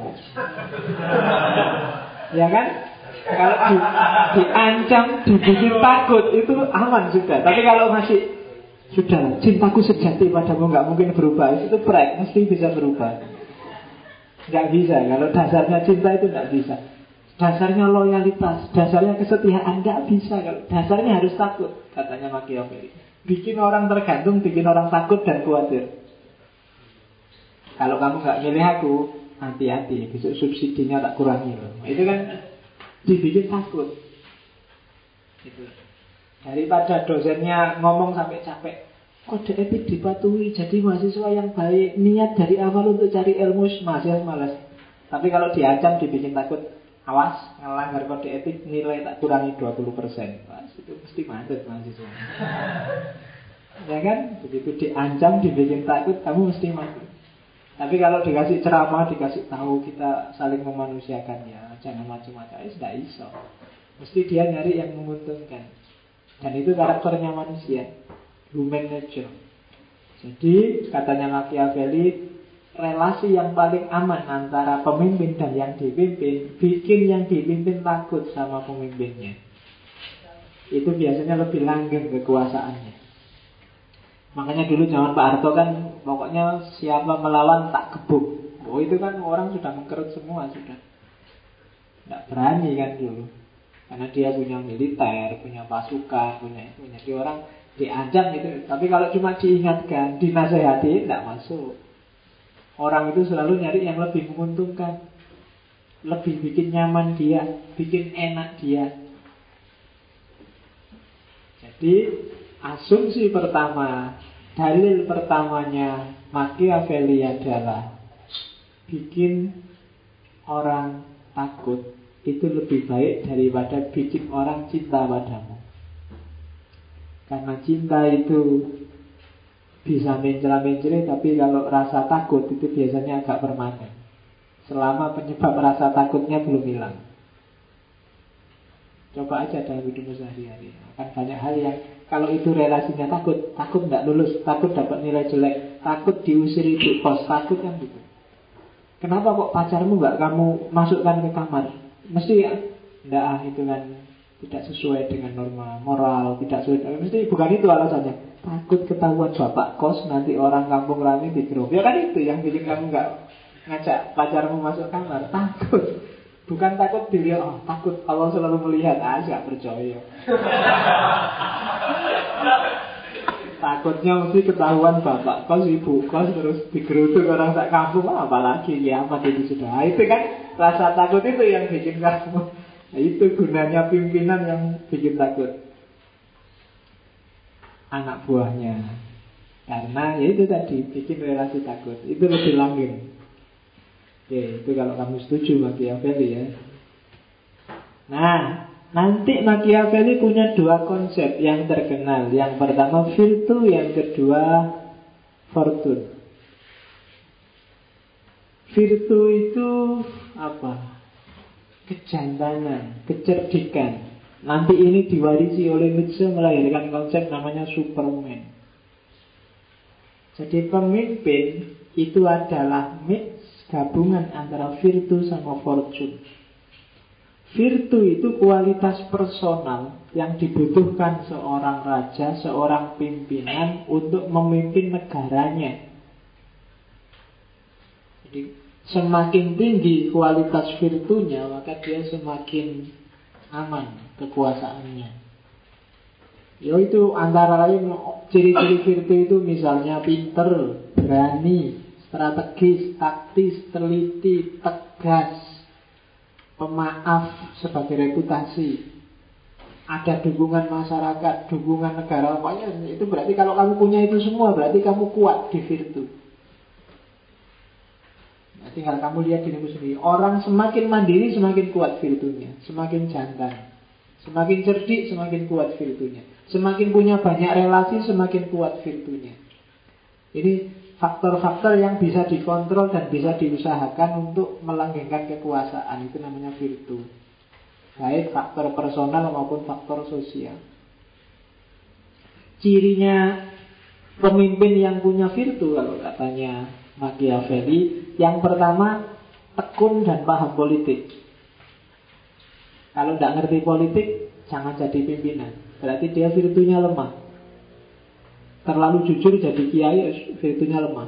S1: Ya kan? Kalau di, diancam, dibikin takut, itu aman sudah. Tapi kalau masih sudah, cintaku sejati padamu nggak mungkin berubah, itu tuh prek, mesti bisa berubah. Nggak bisa, kalau dasarnya cinta itu nggak bisa. Dasarnya loyalitas, dasarnya kesetiaan, nggak bisa. Kalau dasarnya harus takut, katanya Machiavelli. Bikin orang tergantung, bikin orang takut dan khawatir. Kalau kamu nggak milih aku, hati-hati, besok subsidinya tak kurangi loh. Itu kan dibikin takut. Gitu. Daripada dosennya ngomong sampai capek, kode etik dipatuhi, jadi mahasiswa yang baik, niat dari awal untuk cari ilmu, masih malas. Tapi kalau diancam, dibikin takut, awas, ngelanggar kode etik, nilai tak kurangi dua puluh persen. Pas, itu mesti mandat mahasiswa. Ya kan? Begitu diancam, dibikin takut, kamu mesti mati. Tapi kalau dikasih ceramah, dikasih tahu, kita saling memanusiakan, ya jangan macam-macam, ya tidak iso. Mesti dia nyari yang menguntungkan. Dan itu karakternya manusia, human nature. Jadi katanya Machiavelli, relasi yang paling aman antara pemimpin dan yang dipimpin, bikin yang dipimpin takut sama pemimpinnya. Itu biasanya lebih langgeng kekuasaannya. Makanya dulu zaman Pak Harto kan, pokoknya siapa melawan tak gebuk. Oh itu kan orang sudah mengkerut semua sudah. Tidak berani kan dulu. Karena dia punya militer, punya pasukan, punya itu. Jadi orang diancam gitu. Tapi kalau cuma diingatkan, dinasehati, tidak masuk. Orang itu selalu nyari yang lebih menguntungkan, lebih bikin nyaman dia, bikin enak dia. Jadi asumsi pertama, dalil pertamanya Machiavelli adalah bikin orang takut itu lebih baik daripada bikin orang cinta padamu. Karena cinta itu bisa mencela-mencela, tapi kalau rasa takut itu biasanya agak permanen. Selama penyebab rasa takutnya belum hilang. Coba aja dalam hidupmu sehari-hari, akan banyak hal yang kalau itu relasinya takut, takut tidak lulus, takut dapat nilai jelek, takut diusir ibu kos, takut kan gitu. Kenapa kok pacarmu nggak kamu masukkan ke kamar? Mesti ya, tidak ah itu kan tidak sesuai dengan norma moral, tidak sesuai. Mesti bukan itu alasannya. Takut ketahuan bapak kos, nanti orang kampung rame digerung. Ya kan itu yang bikin kamu nggak ngajak pacarmu masuk kamar, takut. Bukan takut dilihat, oh takut Allah selalu melihat, ah gak percaya. Takutnya mesti ketahuan bapak kos, ibu kos, terus digerutuk orang sak kampung, ah, apalagi kiamat itu sudah. Nah, itu kan rasa takut itu yang bikin kamu. Nah, itu gunanya pimpinan yang bikin takut anak buahnya. Karena ya itu tadi, bikin relasi takut. Itu lebih langgeng. Oke, itu kalau kamu setuju Machiavelli ya. Nah, nanti Machiavelli punya dua konsep yang terkenal. Yang pertama virtu, yang kedua fortune. Virtu itu apa? Kejantanan, kecerdikan. Nanti ini diwarisi oleh Nietzsche, melahirkan konsep namanya Superman. Jadi pemimpin itu adalah mix gabungan antara virtu sama fortune. Virtu itu kualitas personal yang dibutuhkan seorang raja, seorang pimpinan untuk memimpin negaranya. Jadi semakin tinggi kualitas virtunya, maka dia semakin aman kekuasaannya. Ya itu antara lain ciri-ciri virtu itu misalnya pinter, berani, strategis, taktis, teliti, tegas, pemaaf sebagai reputasi, ada dukungan masyarakat, dukungan negara. Pokoknya itu berarti kalau kamu punya itu semua, berarti kamu kuat di virtu. Nah, tinggal kamu lihat dirimu sendiri. Orang semakin mandiri semakin kuat virtunya, semakin jantan. Semakin cerdik semakin kuat virtunya. Semakin punya banyak relasi semakin kuat virtunya. Ini faktor-faktor yang bisa dikontrol dan bisa diusahakan untuk melanggengkan kekuasaan. Itu namanya virtu. Baik faktor personal maupun faktor sosial. Cirinya pemimpin yang punya virtu, kalau katanya Machiavelli, yang pertama tekun dan paham politik. Kalau tidak ngerti politik, jangan jadi pimpinan. Berarti dia virtunya lemah. Terlalu jujur jadi kiai, virtunya lemah.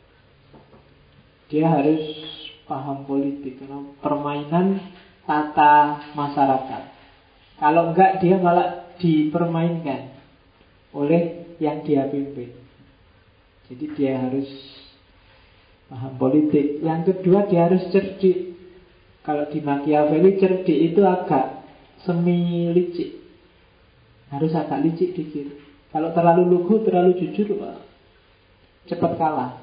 S1: Dia harus paham politik, karena permainan tata masyarakat. Kalau enggak, dia malah dipermainkan oleh yang dia pimpin. Jadi dia harus paham politik. Yang kedua, dia harus cerdik. Kalau di Machiavelli, cerdik itu agak semi licik. Harus agak licik dikit. Kalau terlalu lugu, terlalu jujur, wah, cepat kalah.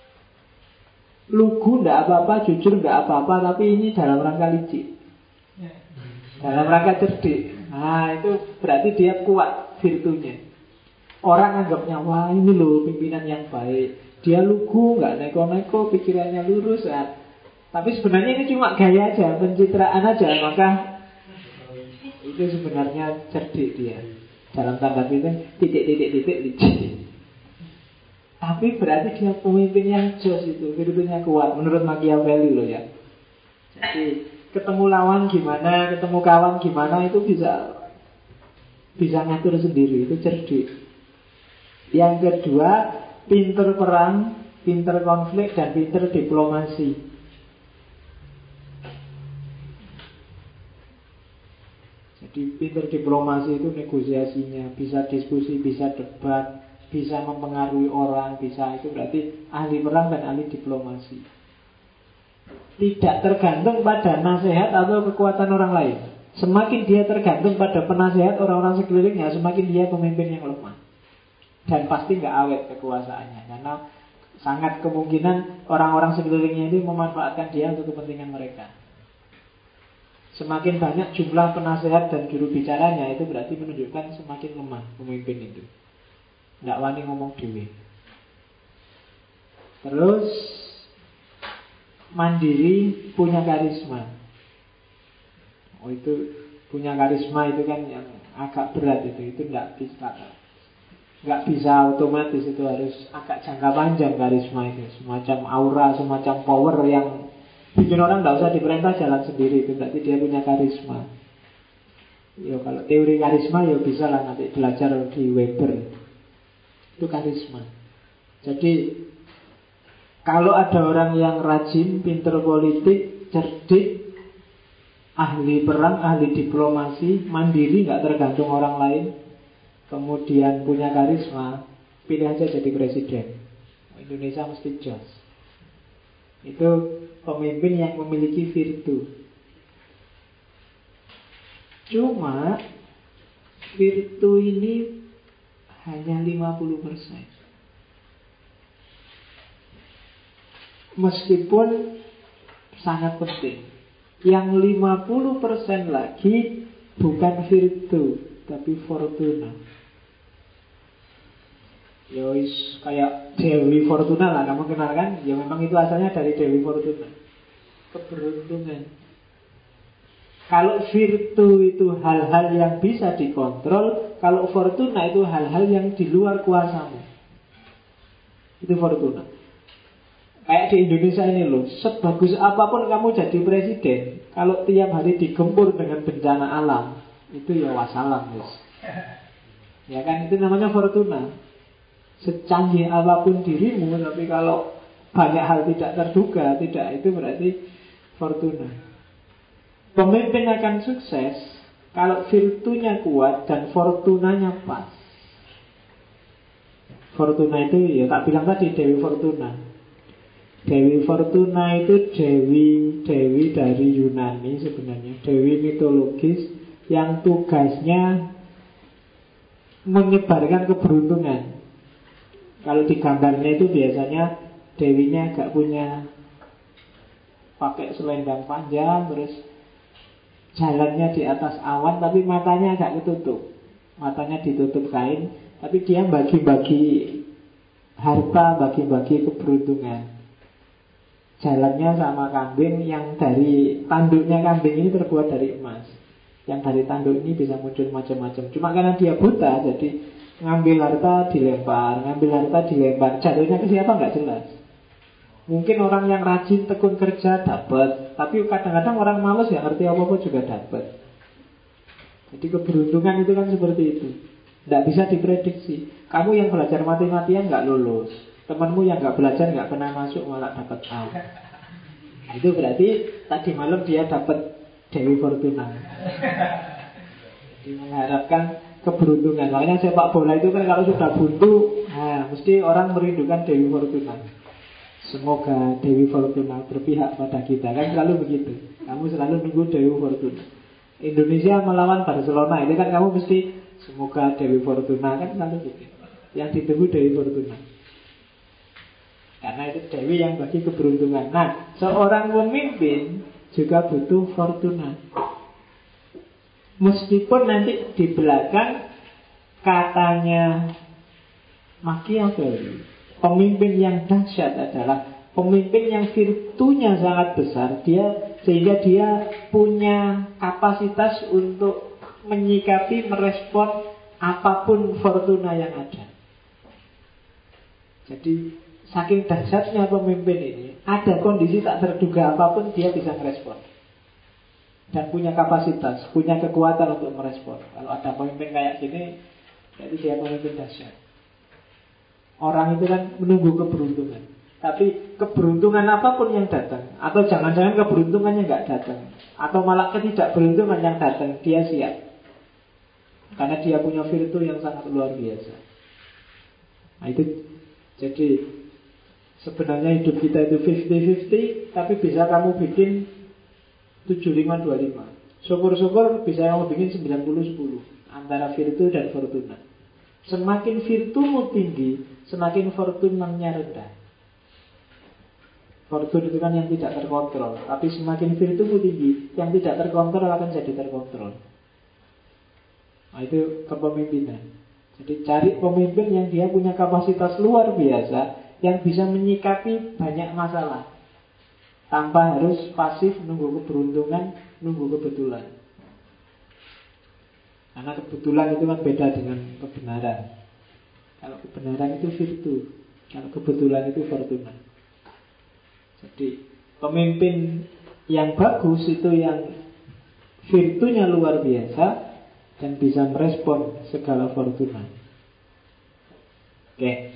S1: Lugu enggak apa-apa, jujur enggak apa-apa, tapi ini dalam rangka licik, dalam rangka cerdik. Nah, itu berarti dia kuat virtunya. Orang anggapnya, wah ini loh pimpinan yang baik. Dia lugu, nggak neko-neko, pikirannya lurus kan. Tapi sebenarnya ini cuma gaya aja, pencitraan aja. Maka itu sebenarnya cerdik dia. Dalam tanda kutip, titik-titik-titik licik. Tapi berarti dia pemimpin yang jos itu, virtunya kuat. Menurut Machiavelli loh ya. Jadi ketemu lawan gimana, ketemu kawan gimana, itu bisa bisa ngatur sendiri. Itu cerdik. Yang kedua, pinter perang, pinter konflik, dan pinter diplomasi. Jadi pinter diplomasi itu negosiasinya, bisa diskusi, bisa debat, bisa mempengaruhi orang, bisa, itu berarti ahli perang dan ahli diplomasi. Tidak tergantung pada nasihat atau kekuatan orang lain. Semakin dia tergantung pada penasehat orang-orang sekelilingnya, semakin dia pemimpin yang lemah. Dan pasti nggak awet kekuasaannya, karena sangat kemungkinan orang-orang sekelilingnya itu memanfaatkan dia untuk kepentingan mereka. Semakin banyak jumlah penasehat dan juru bicaranya, itu berarti menunjukkan semakin lemah pemimpin itu. Nggak wani ngomong dewe. Terus mandiri, punya karisma. Oh, itu punya karisma itu kan yang agak berat itu, itu nggak bisa. Nggak bisa otomatis, itu harus agak jangka panjang karisma itu. Semacam aura, semacam power yang bikin orang nggak usah diperintah jalan sendiri. Itu berarti dia punya karisma. Yo, kalau teori karisma ya bisa lah nanti belajar di Weber. Itu karisma. Jadi kalau ada orang yang rajin, pinter politik, cerdik, ahli perang, ahli diplomasi, mandiri, nggak tergantung orang lain, kemudian punya karisma, pilih aja jadi presiden. Indonesia mesti jos. Itu pemimpin yang memiliki virtu. Cuma virtu ini hanya lima puluh persen. Meskipun sangat penting. Yang lima puluh persen lagi bukan virtu, tapi fortuna. Yois kayak Dewi Fortuna lah, kamu kenal kan? Ya memang itu asalnya dari Dewi Fortuna. Keberuntungan. Kalau virtu itu hal-hal yang bisa dikontrol, kalau fortuna itu hal-hal yang di luar kuasamu. Itu fortuna. Kayak di Indonesia ini loh, sebagus apapun kamu jadi presiden, kalau tiap hari digempur dengan bencana alam, itu ya wassalam, guys. Ya kan, itu namanya fortuna. Secanggih apapun dirimu, tapi kalau banyak hal tidak terduga, tidak, itu berarti fortuna. Pemimpin akan sukses kalau virtunya kuat dan fortunanya pas. Fortuna itu ya tak bilang tadi, Dewi Fortuna. Dewi Fortuna itu Dewi Dewi dari Yunani sebenarnya, Dewi mitologis yang tugasnya menyebarkan keberuntungan. Kalau di gambarnya itu biasanya dewinya agak punya pakai selendang panjang, terus jalannya di atas awan, tapi matanya agak ketutup. Matanya ditutup kain, tapi dia bagi-bagi harta, bagi-bagi keberuntungan. Jalannya sama kambing yang dari tanduknya kambing ini terbuat dari emas. Yang dari tanduk ini bisa muncul macam-macam. Cuma karena dia buta, jadi ngambil harta dilempar, ngambil harta dilempar. Jatuhnya ke siapa nggak jelas. Mungkin orang yang rajin tekun kerja dapat, tapi kadang-kadang orang malas yang ngerti apa-apa juga dapat. Jadi keberuntungan itu kan seperti itu. Nggak bisa diprediksi. Kamu yang belajar mati-matian nggak lulus, temanmu yang nggak belajar nggak pernah masuk malah dapat A. Itu berarti tadi malam dia dapat Dewi Fortuna. Jadi mengharapkan keberuntungan. Makanya sepak bola itu kan kalau sudah buntu, nah, mesti orang merindukan Dewi Fortuna. Semoga Dewi Fortuna berpihak pada kita. Kan selalu begitu. Kamu selalu nunggu Dewi Fortuna. Indonesia melawan Barcelona, itu kan kamu mesti semoga Dewi Fortuna. Kan selalu gitu. Yang ditunggu Dewi Fortuna. Karena itu Dewi yang bagi keberuntungan. Nah, seorang pemimpin juga butuh fortuna. Meskipun nanti di belakang katanya Machiavelli, pemimpin yang dahsyat adalah pemimpin yang virtunya sangat besar, dia sehingga dia punya kapasitas untuk menyikapi, merespon apapun fortuna yang ada. Jadi saking dahsyatnya pemimpin ini, ada kondisi tak terduga apapun dia bisa merespon. Dan punya kapasitas, punya kekuatan untuk merespon. Kalau ada pemimpin kayak gini, berarti dia pemimpin dahsyat. Orang itu kan menunggu keberuntungan. Tapi keberuntungan apapun yang datang, atau jangan-jangan keberuntungannya nggak datang, atau malah ketidakberuntungan yang datang, dia siap. Karena dia punya virtu yang sangat luar biasa. Nah itu, jadi sebenarnya hidup kita itu lima puluh lima puluh, tapi bisa kamu bikin tujuh puluh lima dua puluh lima. Syukur-syukur bisa kamu bikin sembilan puluh sepuluh antara virtu dan fortuna. Semakin virtumu tinggi, semakin fortunanya rendah. Fortun itu kan yang tidak terkontrol, tapi semakin virtumu tinggi, yang tidak terkontrol akan jadi terkontrol. Nah itu kepemimpinan. Jadi cari pemimpin yang dia punya kapasitas luar biasa, yang bisa menyikapi banyak masalah tanpa harus pasif nunggu keberuntungan, nunggu kebetulan. Karena kebetulan itu kan beda dengan kebenaran. Kalau kebenaran itu virtu, kalau kebetulan itu fortuna. Jadi pemimpin yang bagus itu yang virtunya luar biasa dan bisa merespon segala fortuna. Oke.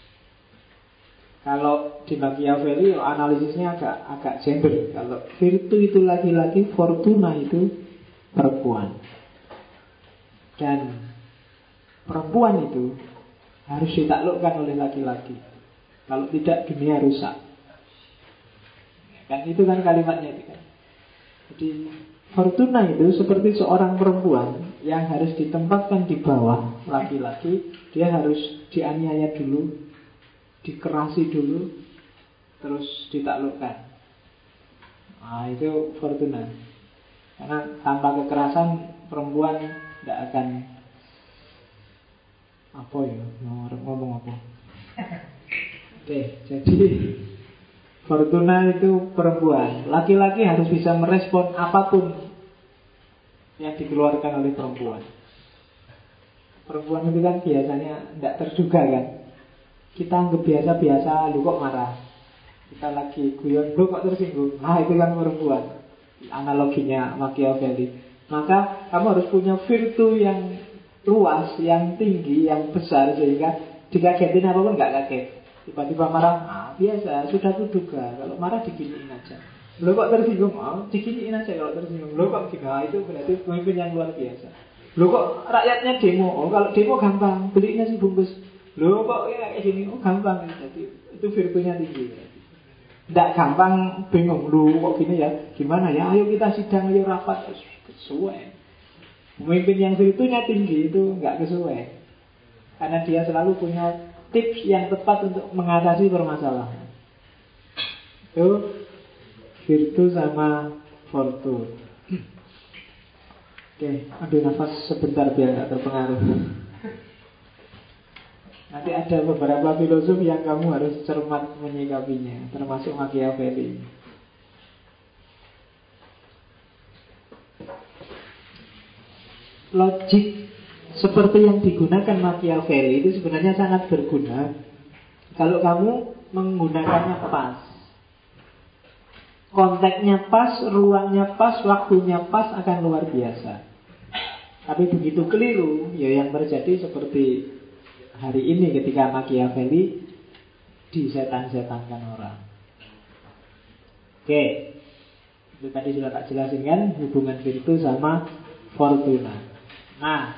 S1: Kalau di Machiavelli analisisnya agak agak gender. Kalau virtu itu laki-laki, fortuna itu perempuan. Dan perempuan itu harus ditaklukkan oleh laki-laki. Kalau tidak dunia rusak. Kan itu kan kalimatnya itu kan. Jadi fortuna itu seperti seorang perempuan yang harus ditempatkan di bawah laki-laki. Dia harus dianiaya dulu, dikerasi dulu, terus ditaklukkan. Nah itu fortuna. Karena tanpa kekerasan perempuan tidak akan apa ya, mau ngomong apa. Oke, jadi fortuna itu perempuan. Laki-laki harus bisa merespon apapun yang dikeluarkan oleh perempuan. Perempuan itu kan biasanya tidak terduga kan. Kita anggap biasa-biasa, lu kok marah. Kita lagi guyon, lu kok tersinggung. Nah itu kan perempuan. Analoginya Machiavelli. Maka kamu harus punya virtu yang luas, yang tinggi, yang besar, sehingga dikagetin apapun nggak kaget. Tiba-tiba marah, ah, biasa, sudah kuduga. Kalau marah diginiin aja. Lo kok tersinggung, oh, diginiin aja kalau tersinggung. Lo kok gini, ah, itu berarti pemimpin yang luar biasa. Lo kok rakyatnya demo, oh kalau demo gampang, beli nasi bungkus. Lo kok ya, kayak gini, oh gampang. Jadi itu virtunya tinggi berarti. Tidak gampang, bingung, lo kok gini ya, gimana ya, ayo kita sidang, ayo rapat. Kesuai. Pemimpin yang virtunya tinggi itu nggak kesuai. Karena dia selalu punya tips yang tepat untuk mengatasi permasalahan. Itu Virtu sama fortune. Oke, ambil nafas sebentar biar nggak terpengaruh. Nanti ada beberapa filosof yang kamu harus cermat menyikapinya, termasuk Machiavelli. Logik seperti yang digunakan Machiavelli itu sebenarnya sangat berguna kalau kamu menggunakannya pas. Konteksnya pas, ruangnya pas, waktunya pas, akan luar biasa. Tapi begitu keliru, ya yang terjadi seperti hari ini ketika Machiavelli disetan-setankan orang. Oke, itu tadi sudah tak jelasin kan, hubungan virtu sama fortuna. Nah,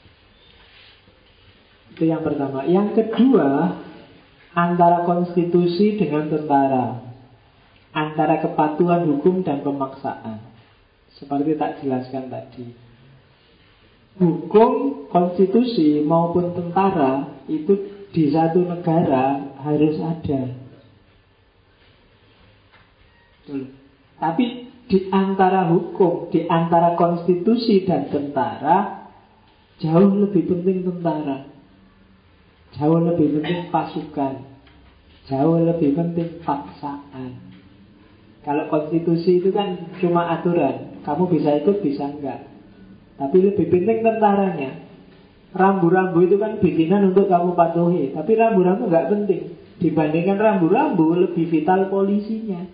S1: itu yang pertama. Yang kedua, antara konstitusi dengan tentara, antara kepatuhan hukum dan pemaksaan. Seperti tak jelaskan tadi, hukum, konstitusi maupun tentara itu di satu negara harus ada. Tapi di antara hukum, di antara konstitusi dan tentara, jauh lebih penting tentara, jauh lebih penting pasukan, jauh lebih penting paksaan. Kalau konstitusi itu kan cuma aturan, kamu bisa ikut, bisa enggak. Tapi lebih penting tentaranya. Rambu-rambu itu kan bikinan untuk kamu patuhi, tapi rambu-rambu enggak penting. Dibandingkan rambu-rambu, lebih vital polisinya.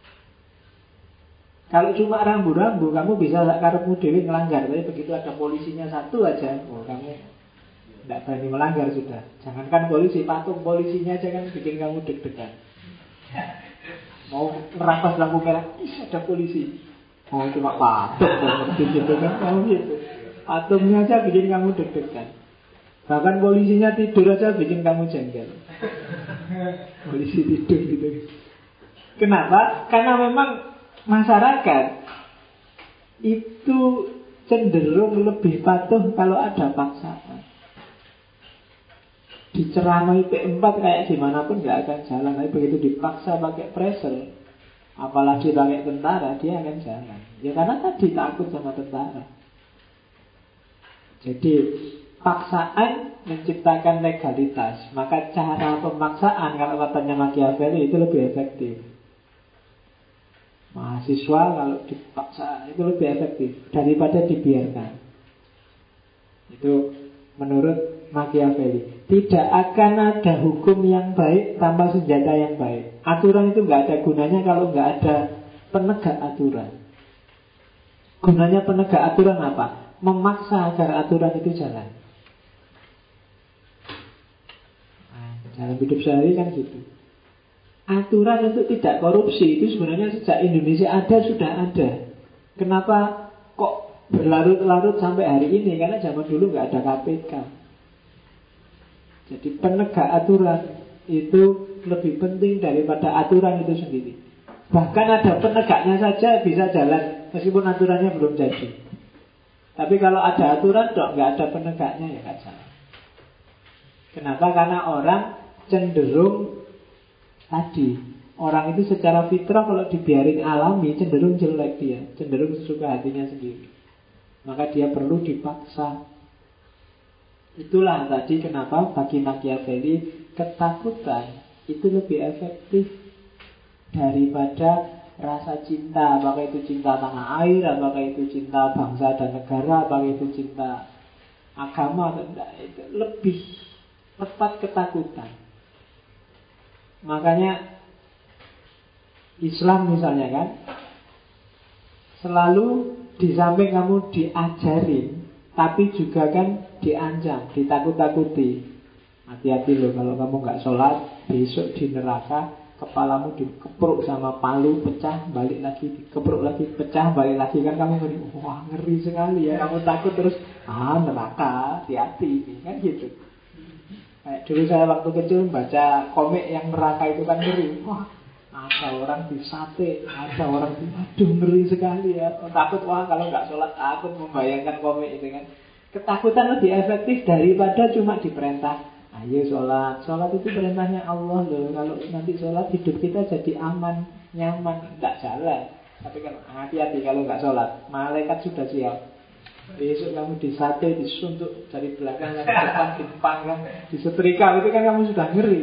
S1: Kalau cuma rambu-rambu, kamu bisa karepmu dewe ngelanggar. Tapi begitu ada polisinya satu aja, oh, kamu enggak berani melanggar sudah. Jangankan polisi, patung polisinya aja kan bikin kamu deg-degan. Mau merampas lampu merah, ih ada polisi. Mau cuma patung ngerti gitu kan, kamu gitu. Patungnya aja bikin kamu deg-degan. Bahkan polisinya tidur aja bikin kamu jengkel. Polisi tidur gitu. Kenapa? Karena memang masyarakat itu cenderung lebih patuh kalau ada paksaan. Diceramai P empat kayak gimana pun gak akan jalan. Tapi begitu dipaksa pakai pressure, apalagi pakai tentara, dia akan jalan. Ya karena tadi takut sama tentara. Jadi paksaan menciptakan legalitas. Maka cara pemaksaan, kalau katanya Machiavelli, itu lebih efektif. Mahasiswa kalau dipaksa itu lebih efektif daripada dibiarkan. Itu menurut Machiavelli. Tidak akan ada hukum yang baik tanpa senjata yang baik. Aturan itu nggak ada gunanya kalau nggak ada penegak aturan. Gunanya penegak aturan apa? Memaksa agar aturan itu jalan. Nah, dalam hidup sehari kan gitu. Aturan untuk tidak korupsi itu sebenarnya sejak Indonesia ada sudah ada. Kenapa kok berlarut-larut sampai hari ini? Karena zaman dulu nggak ada K P K. Jadi penegak aturan itu lebih penting daripada aturan itu sendiri. Bahkan ada penegaknya saja bisa jalan meskipun aturannya belum jadi. Tapi kalau ada aturan dok, nggak ada penegaknya ya nggak jalan. Kenapa? Karena orang cenderung tadi, orang itu secara fitrah kalau dibiarin alami cenderung jelek dia, cenderung sesuka hatinya sendiri. Maka dia perlu dipaksa. Itulah tadi kenapa bagi Machiavelli ketakutan itu lebih efektif daripada rasa cinta. Apakah itu cinta tanah air, apakah itu cinta bangsa dan negara, apakah itu cinta agama, itu lebih tepat ketakutan. Makanya Islam misalnya kan selalu di samping kamu diajarin, tapi juga kan diancam, ditakut-takuti. Hati-hati loh kalau kamu gak sholat, besok di neraka kepalamu dikepruk sama palu, pecah, balik lagi, dikepruk lagi, pecah, balik lagi. Kan kamu ngeri, wah ngeri sekali ya. Kamu takut terus, ah neraka, hati-hati ini, kan gitu. Kayak dulu saya waktu kecil baca komik yang neraka itu kan ngeri. Wah, ada orang disate, ada orang di, aduh ngeri sekali ya. Takut, wah kalau gak sholat takut membayangkan komik itu kan. Ketakutan lebih efektif daripada cuma diperintah, Ayo sholat. Sholat itu perintahnya Allah loh. Kalau nanti sholat hidup kita jadi aman, nyaman, tidak jalan. Tapi kan hati-hati kalau nggak sholat, malaikat sudah siap. Besok kamu disate, disuntuk dari belakang, dari depan, dipanggang, disetrika, itu kan kamu sudah ngeri.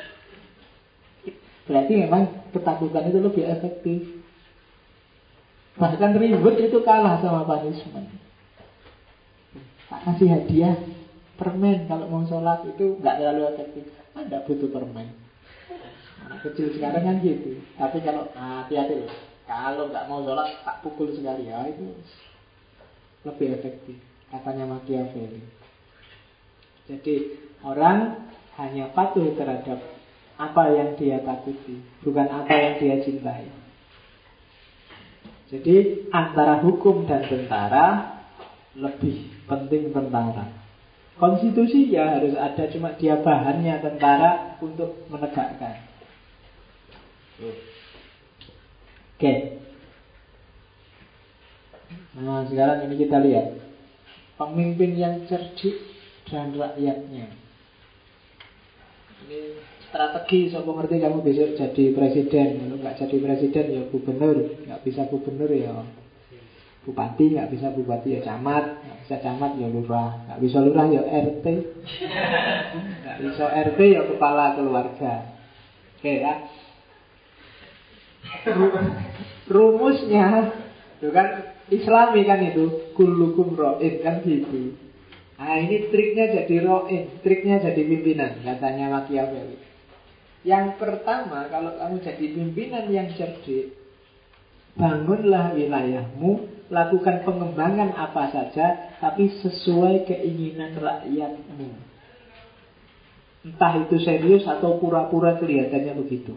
S1: Berarti memang ketakutan itu lebih efektif. Bahkan ribut itu kalah sama punishment. Tak kasih hadiah permen kalau mau sholat itu nggak terlalu efektif. Anda butuh permen. Anak kecil sekarang kan gitu. Tapi kalau hati-hati loh, kalau nggak mau sholat tak pukul sekali, ya itu lebih efektif. Katanya Machiavelli. Jadi orang hanya patuh terhadap apa yang dia takuti, bukan apa yang dia cintai. Jadi antara hukum dan tentara lebih penting tentara. Konstitusi ya harus ada, cuma dia bahannya tentara untuk menegakkan. Oke. Nah sekarang ini kita lihat pemimpin yang cerdik dan rakyatnya. Ini strategi, siapa ngerti kamu besok jadi presiden. Kalau nggak jadi presiden ya gubernur, nggak bisa gubernur ya bupati, nggak bisa bupati ya camat, nggak bisa camat ya lurah, nggak bisa lurah ya R T, nggak bisa R T ya kepala keluarga. Oke ya. Rumusnya itu kan Islami kan itu kullukum ra'in kan gitu. Nah ini triknya jadi ra'in, triknya jadi pimpinan, katanya Machiavelli. Yang pertama, kalau kamu jadi pimpinan yang cerdik, bangunlah wilayahmu, lakukan pengembangan apa saja, tapi sesuai keinginan rakyatmu. Entah itu serius atau pura-pura kelihatannya begitu.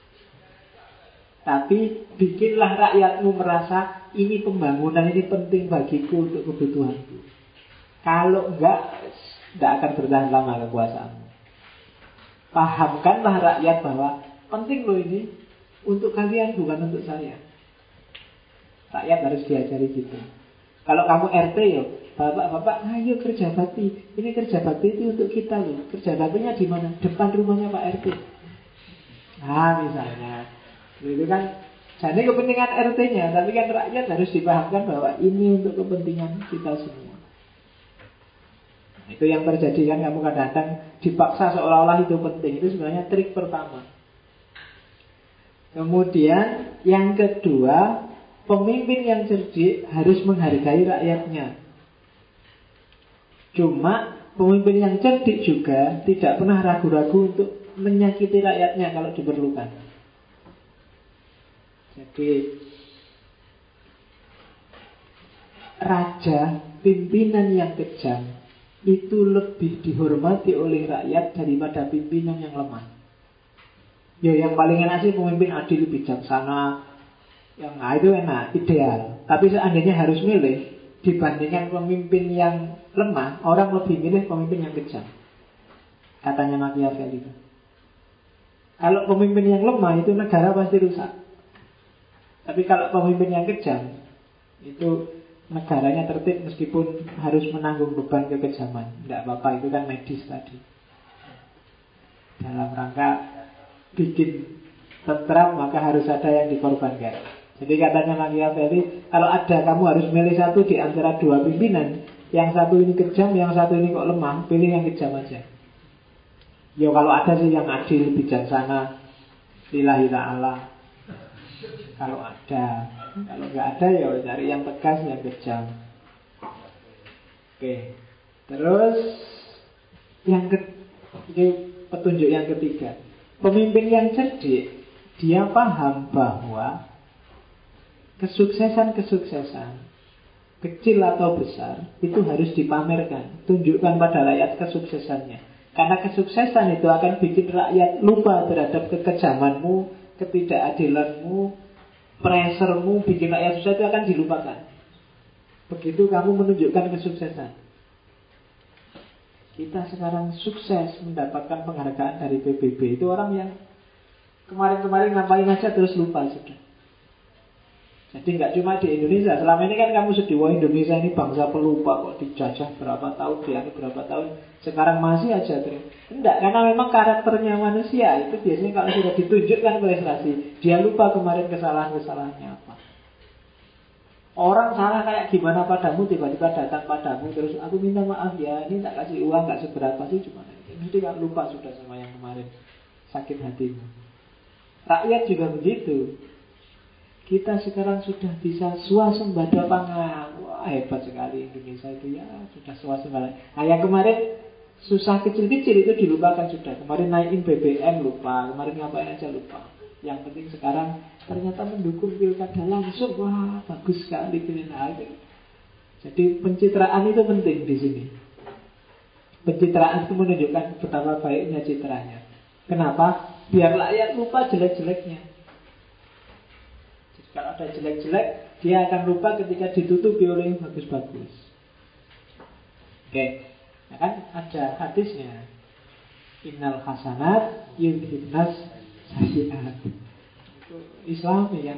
S1: Tapi bikinlah rakyatmu merasa ini pembangunan ini penting bagiku untuk kebutuhanku. Kalau enggak, tidak akan bertahan lama kekuasaanmu. Pahamkanlah rakyat bahwa penting loh ini untuk kalian, bukan untuk saya. Rakyat harus diajari gitu. Kalau kamu R T ya, bapak-bapak, ayo kerja bakti. Ini kerja bakti itu untuk kita loh. Kerja baktinya di mana? Depan rumahnya Pak R T. Nah misalnya, itu kan jadi kepentingan R T-nya, tapi kan rakyat harus dipahamkan bahwa ini untuk kepentingan kita semua. Nah, itu yang terjadi kan, kamu kadang-kadang dipaksa seolah-olah itu penting. Itu sebenarnya trik pertama. Kemudian yang kedua, pemimpin yang cerdik harus menghargai rakyatnya. Cuma pemimpin yang cerdik juga tidak pernah ragu-ragu untuk menyakiti rakyatnya kalau diperlukan. Jadi raja, pimpinan yang kejam itu lebih dihormati oleh rakyat daripada pimpinan yang lemah. Ya yang paling enak sih pemimpin adil, bijaksana, yang nah, itu enak, ideal. Tapi seandainya harus milih, dibandingkan pemimpin yang lemah, orang lebih milih pemimpin yang kejam. Katanya Machiavelli itu. Kalau pemimpin yang lemah itu negara pasti rusak. Tapi kalau pemimpin yang kejam, itu negaranya tertib meskipun harus menanggung beban kekejaman. Tidak apa-apa, itu kan medis tadi. Dalam rangka bikin tentram, maka harus ada yang dikorbankan. Jadi katanya Machiavelli, kalau ada kamu harus milih satu di antara dua pimpinan, yang satu ini kejam, yang satu ini kok lemah, pilih yang kejam aja. Ya kalau ada sih yang adil, bijaksana, lillahi ta'ala. Kalau ada, kalau nggak ada ya cari yang tegas, yang kejam. Oke, terus yang ke, ini petunjuk yang ketiga. Pemimpin yang cerdik, dia paham bahwa kesuksesan-kesuksesan kecil atau besar itu harus dipamerkan. Tunjukkan pada rakyat kesuksesannya. Karena kesuksesan itu akan bikin rakyat lupa terhadap kekejamanmu, ketidakadilanmu, pressermu, bikin rakyat susah, itu akan dilupakan. Begitu kamu menunjukkan kesuksesan. Kita sekarang sukses mendapatkan penghargaan dari P B B. Itu orang yang kemarin-kemarin ngapain aja terus lupa sudah. Jadi nggak cuma di Indonesia. Selama ini kan kamu sedih, wah Indonesia ini bangsa pelupa kok, dijajah berapa tahun, dianu berapa tahun, sekarang masih aja terus. Enggak, karena memang karakternya manusia itu biasanya kalau sudah ditunjukkan prestasi, dia lupa kemarin kesalahan-kesalahannya apa. Orang salah kayak gimana padamu, tiba-tiba datang padamu terus aku minta maaf ya, ini tak kasih uang nggak seberapa sih, cuma mesti kan lupa sudah sama yang kemarin, sakit hatimu. Rakyat juga begitu. Kita sekarang sudah bisa swasembada pangan. Wah, hebat sekali Indonesia itu ya, sudah swasembada. Nah, yang kemarin susah kecil-kecil itu dilupakan sudah. Kemarin naikin B B M lupa, kemarin ngapain aja lupa. Yang penting sekarang ternyata mendukung pilkada langsung. Wah, bagus sekali pilkada itu. Jadi pencitraan itu penting di sini. Pencitraan itu menunjukkan betapa baiknya citranya. Kenapa? Biar rakyat lupa jelek-jeleknya. Kalau ada jelek-jelek, dia akan lupa ketika ditutupi oleh yang bagus-bagus. Oke, nah kan ada hadisnya. Innal hasanat yudhibnas sayyi'at. Itu Islam ya.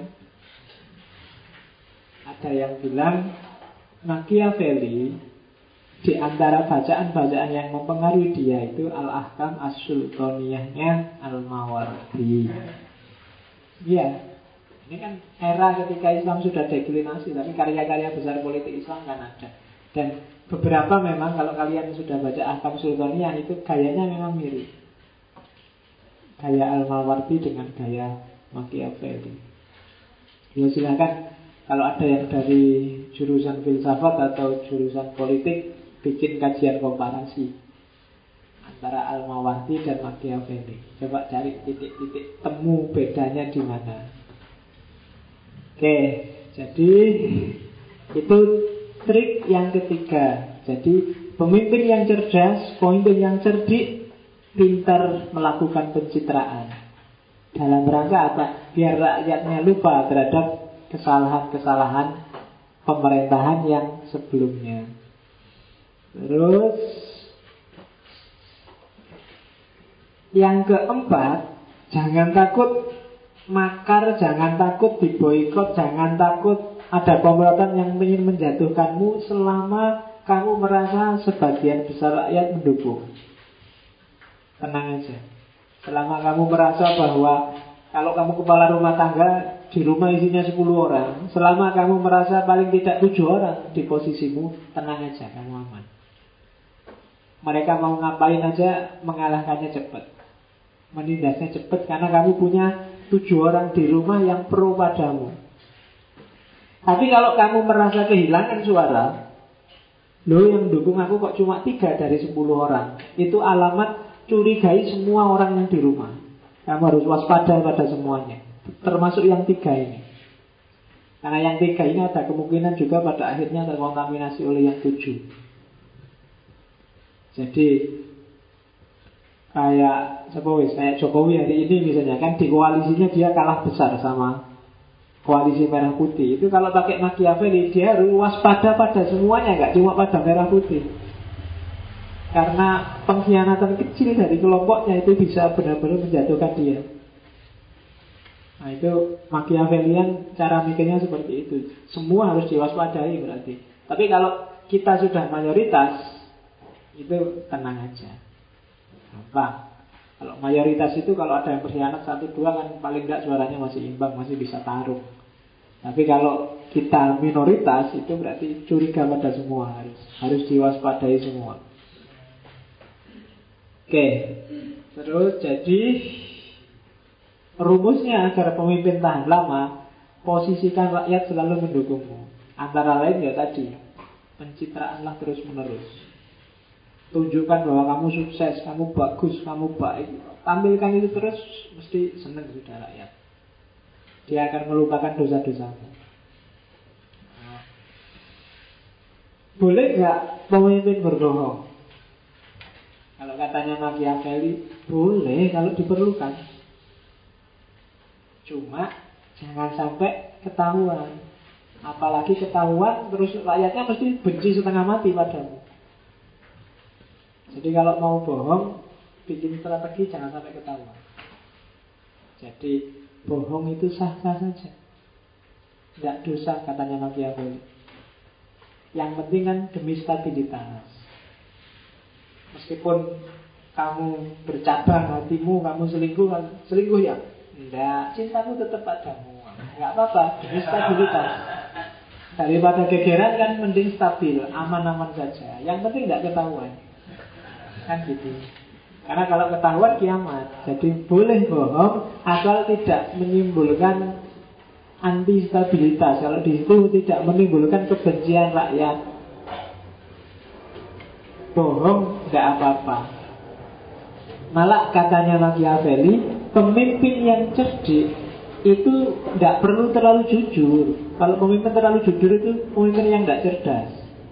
S1: Ada yang bilang Machiavelli di antara bacaan-bacaan yang mempengaruhi dia itu Al-Ahkam As-Sultaniyahnya Al-Mawardi. Iya. Ini kan era ketika Islam sudah deklinasi, tapi karya-karya besar politik Islam kan ada. Dan beberapa memang kalau kalian sudah baca Ahkam Sultaniyah itu gayanya memang mirip. Gaya Al-Mawardi dengan gaya Machiavelli. Ya silakan kalau ada yang dari jurusan filsafat atau jurusan politik bikin kajian komparasi antara Al-Mawardi dan Machiavelli. Coba cari titik-titik temu bedanya di mana. Oke, jadi itu trik yang ketiga. Jadi pemimpin yang cerdas, pemimpin yang cerdik, pintar melakukan pencitraan. Dalam rangka apa? Biar rakyatnya lupa terhadap kesalahan-kesalahan pemerintahan yang sebelumnya. Terus yang keempat, jangan takut makar, jangan takut diboikot, jangan takut ada komplotan yang ingin menjatuhkanmu selama kamu merasa sebagian besar rakyat mendukung. Tenang aja. Selama kamu merasa bahwa kalau kamu kepala rumah tangga, di rumah isinya sepuluh orang, selama kamu merasa paling tidak tujuh orang di posisimu, tenang aja, kamu aman. Mereka mau ngapain aja mengalahkannya cepat, menindasnya cepat, karena kamu punya tujuh orang di rumah yang pro padamu. Tapi kalau kamu merasa kehilangan suara, loh yang dukung aku kok cuma tiga dari sepuluh orang, itu alamat curigai semua orang yang di rumah. Kamu harus waspada pada semuanya, termasuk yang tiga ini. Karena yang tiga ini ada kemungkinan juga pada akhirnya terkontaminasi oleh yang tujuh. Jadi kayak Jokowi, kayak Jokowi hari ini misalnya kan di koalisinya dia kalah besar sama koalisi merah putih. Itu kalau pakai Machiavelli dia harus waspada pada semuanya, nggak cuma pada merah putih. Karena pengkhianatan kecil dari kelompoknya itu bisa benar-benar menjatuhkan dia. Nah itu Machiavellian cara mikirnya seperti itu. Semua harus diwaspadai berarti. Tapi kalau kita sudah mayoritas, itu tenang aja, gampang. Kalau mayoritas itu kalau ada yang berkhianat satu dua kan paling enggak suaranya masih imbang, masih bisa tarung. Tapi kalau kita minoritas itu berarti curiga pada semua, harus harus diwaspadai semua. Oke, terus jadi rumusnya agar pemimpin tahan lama, posisikan rakyat selalu mendukungmu. Antara lain ya tadi, pencitraanlah terus menerus. Tunjukkan bahwa kamu sukses, kamu bagus, kamu baik. Tampilkan itu terus, mesti senang sudah rakyat. Dia akan melupakan dosa-dosamu. Nah. Boleh nggak pemimpin berbohong? Kalau katanya Machiavelli, boleh kalau diperlukan. Cuma jangan sampai ketahuan. Apalagi ketahuan terus rakyatnya mesti benci setengah mati padamu. Jadi kalau mau bohong, bikin strategi jangan sampai ketahuan. Jadi bohong itu sah-sah saja. Tidak dosa katanya Machiavelli. Yang penting kan demi stabilitas. Meskipun kamu bercabang hatimu, kamu selingkuh, selingkuh ya? Tidak, cintaku tetap padamu. Tidak apa-apa, demi stabilitas. Daripada gegeran kan mending stabil, aman-aman saja. Yang penting tidak ketahuan. Kan gitu. Karena kalau ketahuan kiamat. Jadi boleh bohong asal tidak menimbulkan anti stabilitas. Kalau di situ tidak menimbulkan kebencian rakyat, bohong tidak apa-apa. Malah katanya Machiavelli, pemimpin yang cerdik itu tidak perlu terlalu jujur. Kalau pemimpin terlalu jujur itu pemimpin yang tidak cerdas.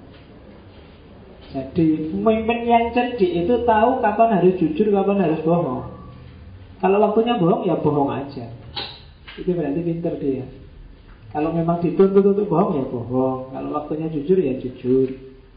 S1: Jadi pemimpin yang cerdik itu tahu kapan harus jujur, kapan harus bohong. Kalau waktunya bohong, ya bohong aja. Itu berarti pintar dia. Kalau memang dituntut untuk bohong, ya bohong. Kalau waktunya jujur, ya jujur.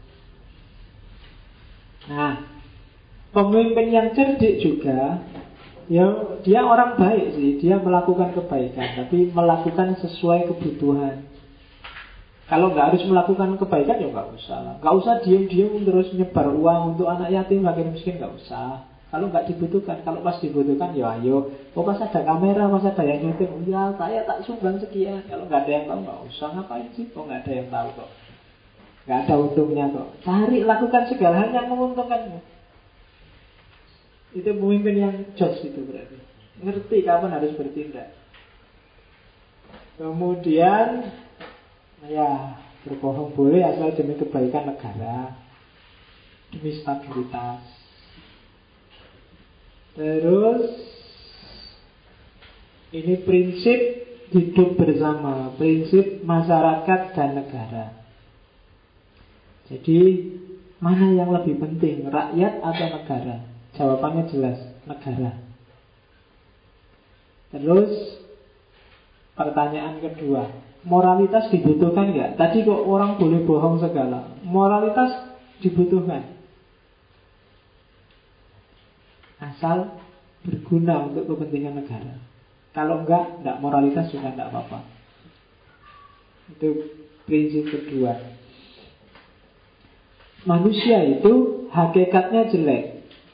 S1: Nah, pemimpin yang cerdik juga, ya dia orang baik sih. Dia melakukan kebaikan, tapi melakukan sesuai kebutuhan. Kalau nggak harus melakukan kebaikan ya nggak usah lah. Nggak usah diam-diam terus nyebar uang untuk anak yatim, fakir miskin, nggak usah. Kalau nggak dibutuhkan, kalau pas dibutuhkan ya ayo. Oh pas ada kamera, pas ada yang nyetir, oh ya saya tak sumbang sekian. Kalau nggak ada yang tahu nggak usah, ngapain sih? Oh nggak ada yang tahu kok, nggak ada untungnya kok. Cari, lakukan segala hal yang menguntungkanmu. Itu pemimpin yang jos itu berarti. Ngerti kapan harus bertindak. Kemudian ya, berbohong boleh asal demi kebaikan negara, demi stabilitas. Terus ini prinsip hidup bersama, prinsip masyarakat dan negara. Jadi mana yang lebih penting, rakyat atau negara? Jawabannya jelas, negara. Terus pertanyaan kedua, moralitas dibutuhkan nggak? Tadi kok orang boleh bohong segala. Moralitas dibutuhkan asal berguna untuk kepentingan negara. Kalau enggak, enggak moralitas juga enggak apa-apa. Itu prinsip kedua. Manusia itu hakikatnya jelek,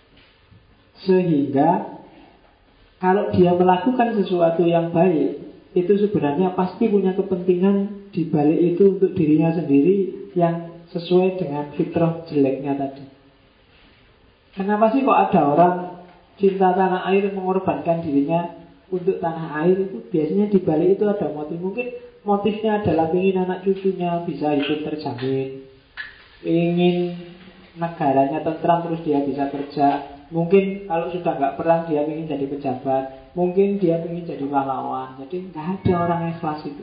S1: sehingga kalau dia melakukan sesuatu yang baik, itu sebenarnya pasti punya kepentingan di balik itu untuk dirinya sendiri yang sesuai dengan fitrah jeleknya tadi. Kenapa sih kok ada orang cinta tanah air mengorbankan dirinya untuk tanah air? Itu biasanya di balik itu ada motif. Mungkin motifnya adalah ingin anak cucunya bisa hidup terjamin, ingin negaranya tentram terus dia bisa kerja. Mungkin kalau sudah nggak perang dia ingin jadi pejabat, mungkin dia ingin jadi pahlawan. Jadi nggak ada orang ikhlas itu.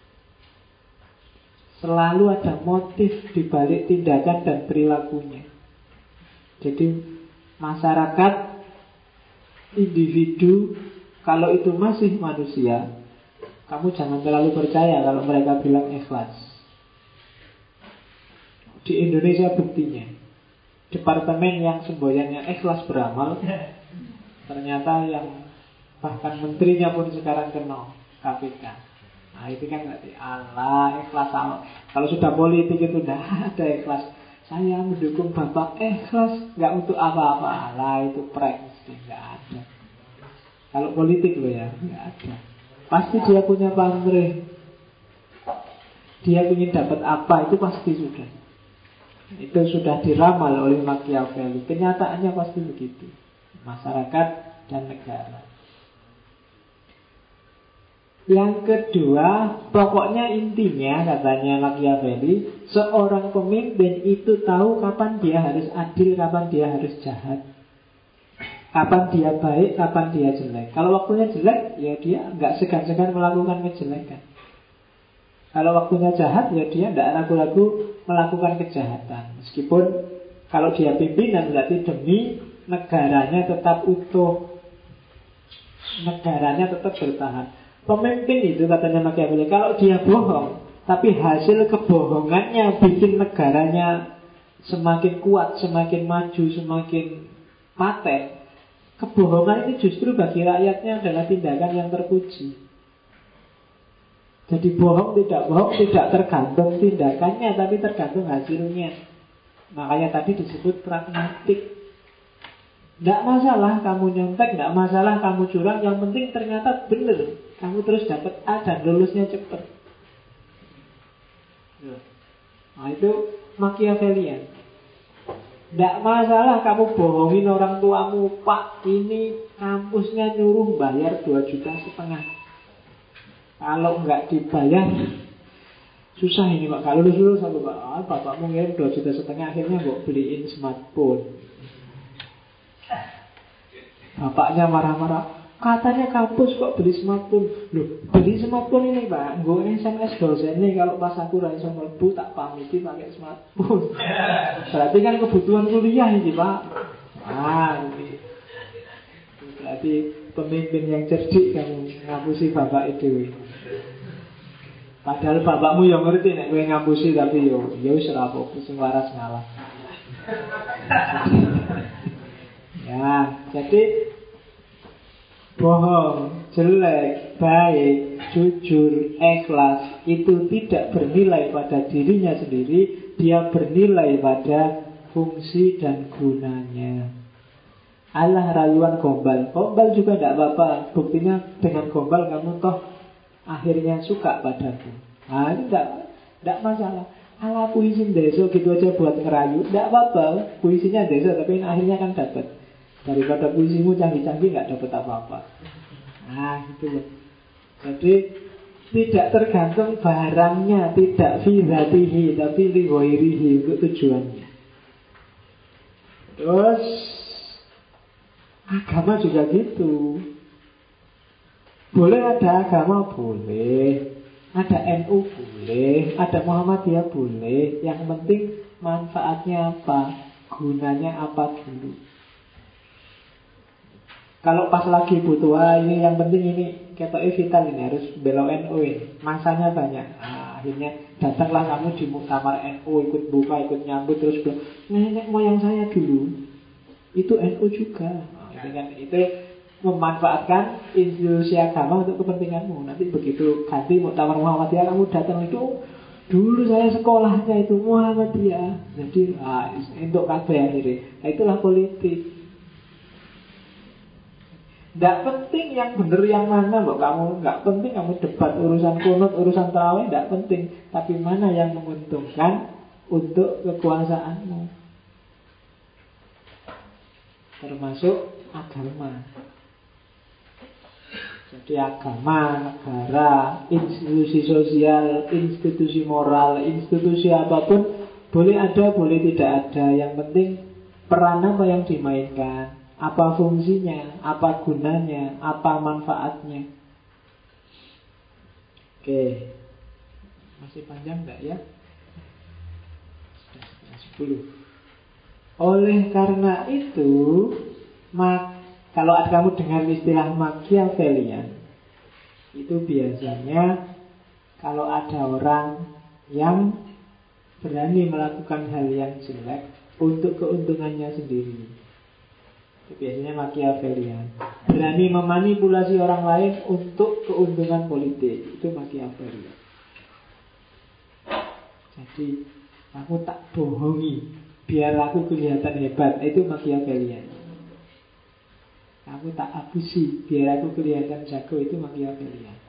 S1: Selalu ada motif di balik tindakan dan perilakunya. Jadi masyarakat, individu, kalau itu masih manusia, kamu jangan terlalu percaya kalau mereka bilang ikhlas. Di Indonesia buktinya, departemen yang semboyannya ikhlas beramal, ternyata yang bahkan menterinya pun sekarang kenal K P K. Nah itu kan berarti Allah ikhlas Allah. Kalau sudah politik itu tidak ada ikhlas. Saya mendukung Bapak ikhlas, nggak untuk apa-apa. Allah itu prank, nggak ada. Kalau politik loh ya, nggak ada. Pasti dia punya pamrih. Dia ingin dapat apa itu pasti sudah. Itu sudah diramal oleh Machiavelli. Kenyataannya pasti begitu. Masyarakat dan negara. Yang kedua, pokoknya intinya katanya Machiavelli, seorang pemimpin itu tahu kapan dia harus adil, kapan dia harus jahat, kapan dia baik, kapan dia jelek. Kalau waktunya jelek, ya dia nggak segan-segan melakukan kejelekan. Kalau waktunya jahat, ya dia tidak ragu-ragu melakukan kejahatan. Meskipun kalau dia pimpinan berarti demi negaranya tetap utuh, negaranya tetap bertahan. Pemimpin itu katanya Machiavelli, kalau dia bohong, tapi hasil kebohongannya bikin negaranya semakin kuat, semakin maju, semakin paten, kebohongan itu justru bagi rakyatnya adalah tindakan yang terpuji. Jadi bohong tidak bohong tidak tergantung tindakannya, tapi tergantung hasilnya. Makanya tadi disebut pragmatik. Tidak masalah kamu nyontek, tidak masalah kamu curang, yang penting ternyata benar. Kamu terus dapat A dan lulusnya cepat. Nah itu Machiavellian. Tidak masalah kamu bohongin orang tuamu, Pak, ini kampusnya nyuruh bayar dua juta setengah. Kalau nggak dibayar susah ini Pak, kalau lulus-lulus aku Pak, ah, bapakmu ngirim dua juta setengah, akhirnya kok beliin smartphone. Bapaknya marah-marah, katanya kampus kok beli smartphone. Loh, beli smartphone ini Pak, gue S M S dosen nih, kalau pas aku raiso mlebu tak pamiti pakai smartphone. Berarti kan kebutuhan kuliah ini Pak. Ah, ini berarti pemimpin yang cerdik kamu ngapusi bapak itu. Padahal bapakmu yang ngerti nek kowe ngapusi, tapi yo ya wis ora apa-apa, sing waras ngalah. Ya, jadi bohong, jelek, baik, jujur, ikhlas itu tidak bernilai pada dirinya sendiri, dia bernilai pada fungsi dan gunanya. Alah rayuan gombal, gombal juga tidak apa-apa. Buktinya dengan gombal kamu toh akhirnya suka padaku. Nah ini tidak tidak masalah. Alah puisi desa gitu aja buat ngerayu, tidak apa-apa. Puisinya desa tapi akhirnya kan dapat. Daripada puisimu canggih-canggih nggak dapat apa-apa. Nah gitu loh. Jadi tidak tergantung barangnya, tidak fi dzatihi, tapi li ghairihi, untuk tujuannya. Terus agama juga gitu. Boleh ada agama, boleh. Ada N U boleh, ada Muhammadiyah boleh. Yang penting manfaatnya apa, gunanya apa dulu. Kalau pas lagi butuh, ah ini yang penting ini ketoknya vital ini, harus belok N U ini, masanya banyak. Nah, akhirnya datanglah kamu di muktamar N U, ikut buka, ikut nyambut, terus bilang, nenek moyang saya dulu itu N U juga. Nah, itu kan itu memanfaatkan institusi agama untuk kepentinganmu. Nanti begitu ganti muktamar Muhammadiyah, kamu datang itu, dulu saya sekolahnya itu Muhammadiyah. Jadi ah, untuk kabeh akhirnya. Nah, itulah politik. Tidak penting yang benar yang mana loh kamu, nggak penting kamu debat urusan kunut, urusan tarawih, tidak penting. Tapi mana yang menguntungkan untuk kekuasaanmu, termasuk agama. Jadi agama, negara, institusi sosial, institusi moral, institusi apapun boleh ada, boleh tidak ada. Yang penting peran apa yang dimainkan, apa fungsinya, apa gunanya, apa manfaatnya. Oke, masih panjang enggak ya? Sudah setengah sepuluh. Oleh karena itu, mak kalau kamu dengar istilah Machiavellian, itu biasanya kalau ada orang yang berani melakukan hal yang jelek untuk keuntungannya sendiri, itu biasanya Machiavellian. Berani memanipulasi orang lain untuk keuntungan politik, itu Machiavellian. Jadi aku tak bohongi biar aku kelihatan hebat, itu Machiavellian. Aku tak abusi biar aku kelihatan jago, itu Machiavellian.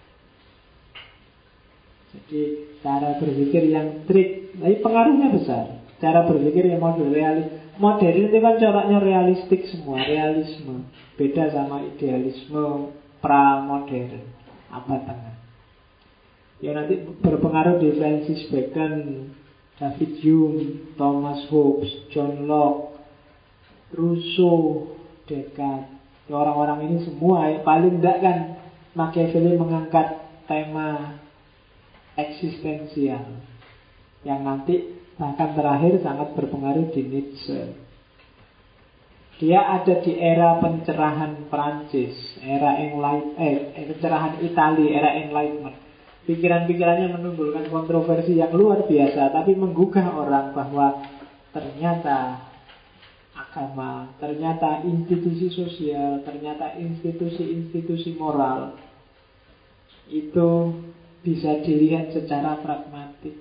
S1: Jadi cara berpikir yang trik, tapi pengaruhnya besar. Cara berpikir yang model realis. Modern itu kan coraknya realistik semua, realisme. Beda sama idealisme pra-modern, abad tengah. Ya nanti berpengaruh di Francis Bacon, David Hume, Thomas Hobbes, John Locke, Rousseau, Descartes. Orang-orang ini semua yang paling tidak kan Machiavelli mengangkat tema eksistensial, yang nanti bahkan terakhir sangat berpengaruh di Nietzsche. Dia ada di era pencerahan Prancis, era Enlightenment, eh, pencerahan Italia, era Enlightenment. Pikiran-pikirannya menimbulkan kontroversi yang luar biasa, tapi menggugah orang bahwa ternyata agama, ternyata institusi sosial, ternyata institusi-institusi moral itu bisa dilihat secara pragmatik.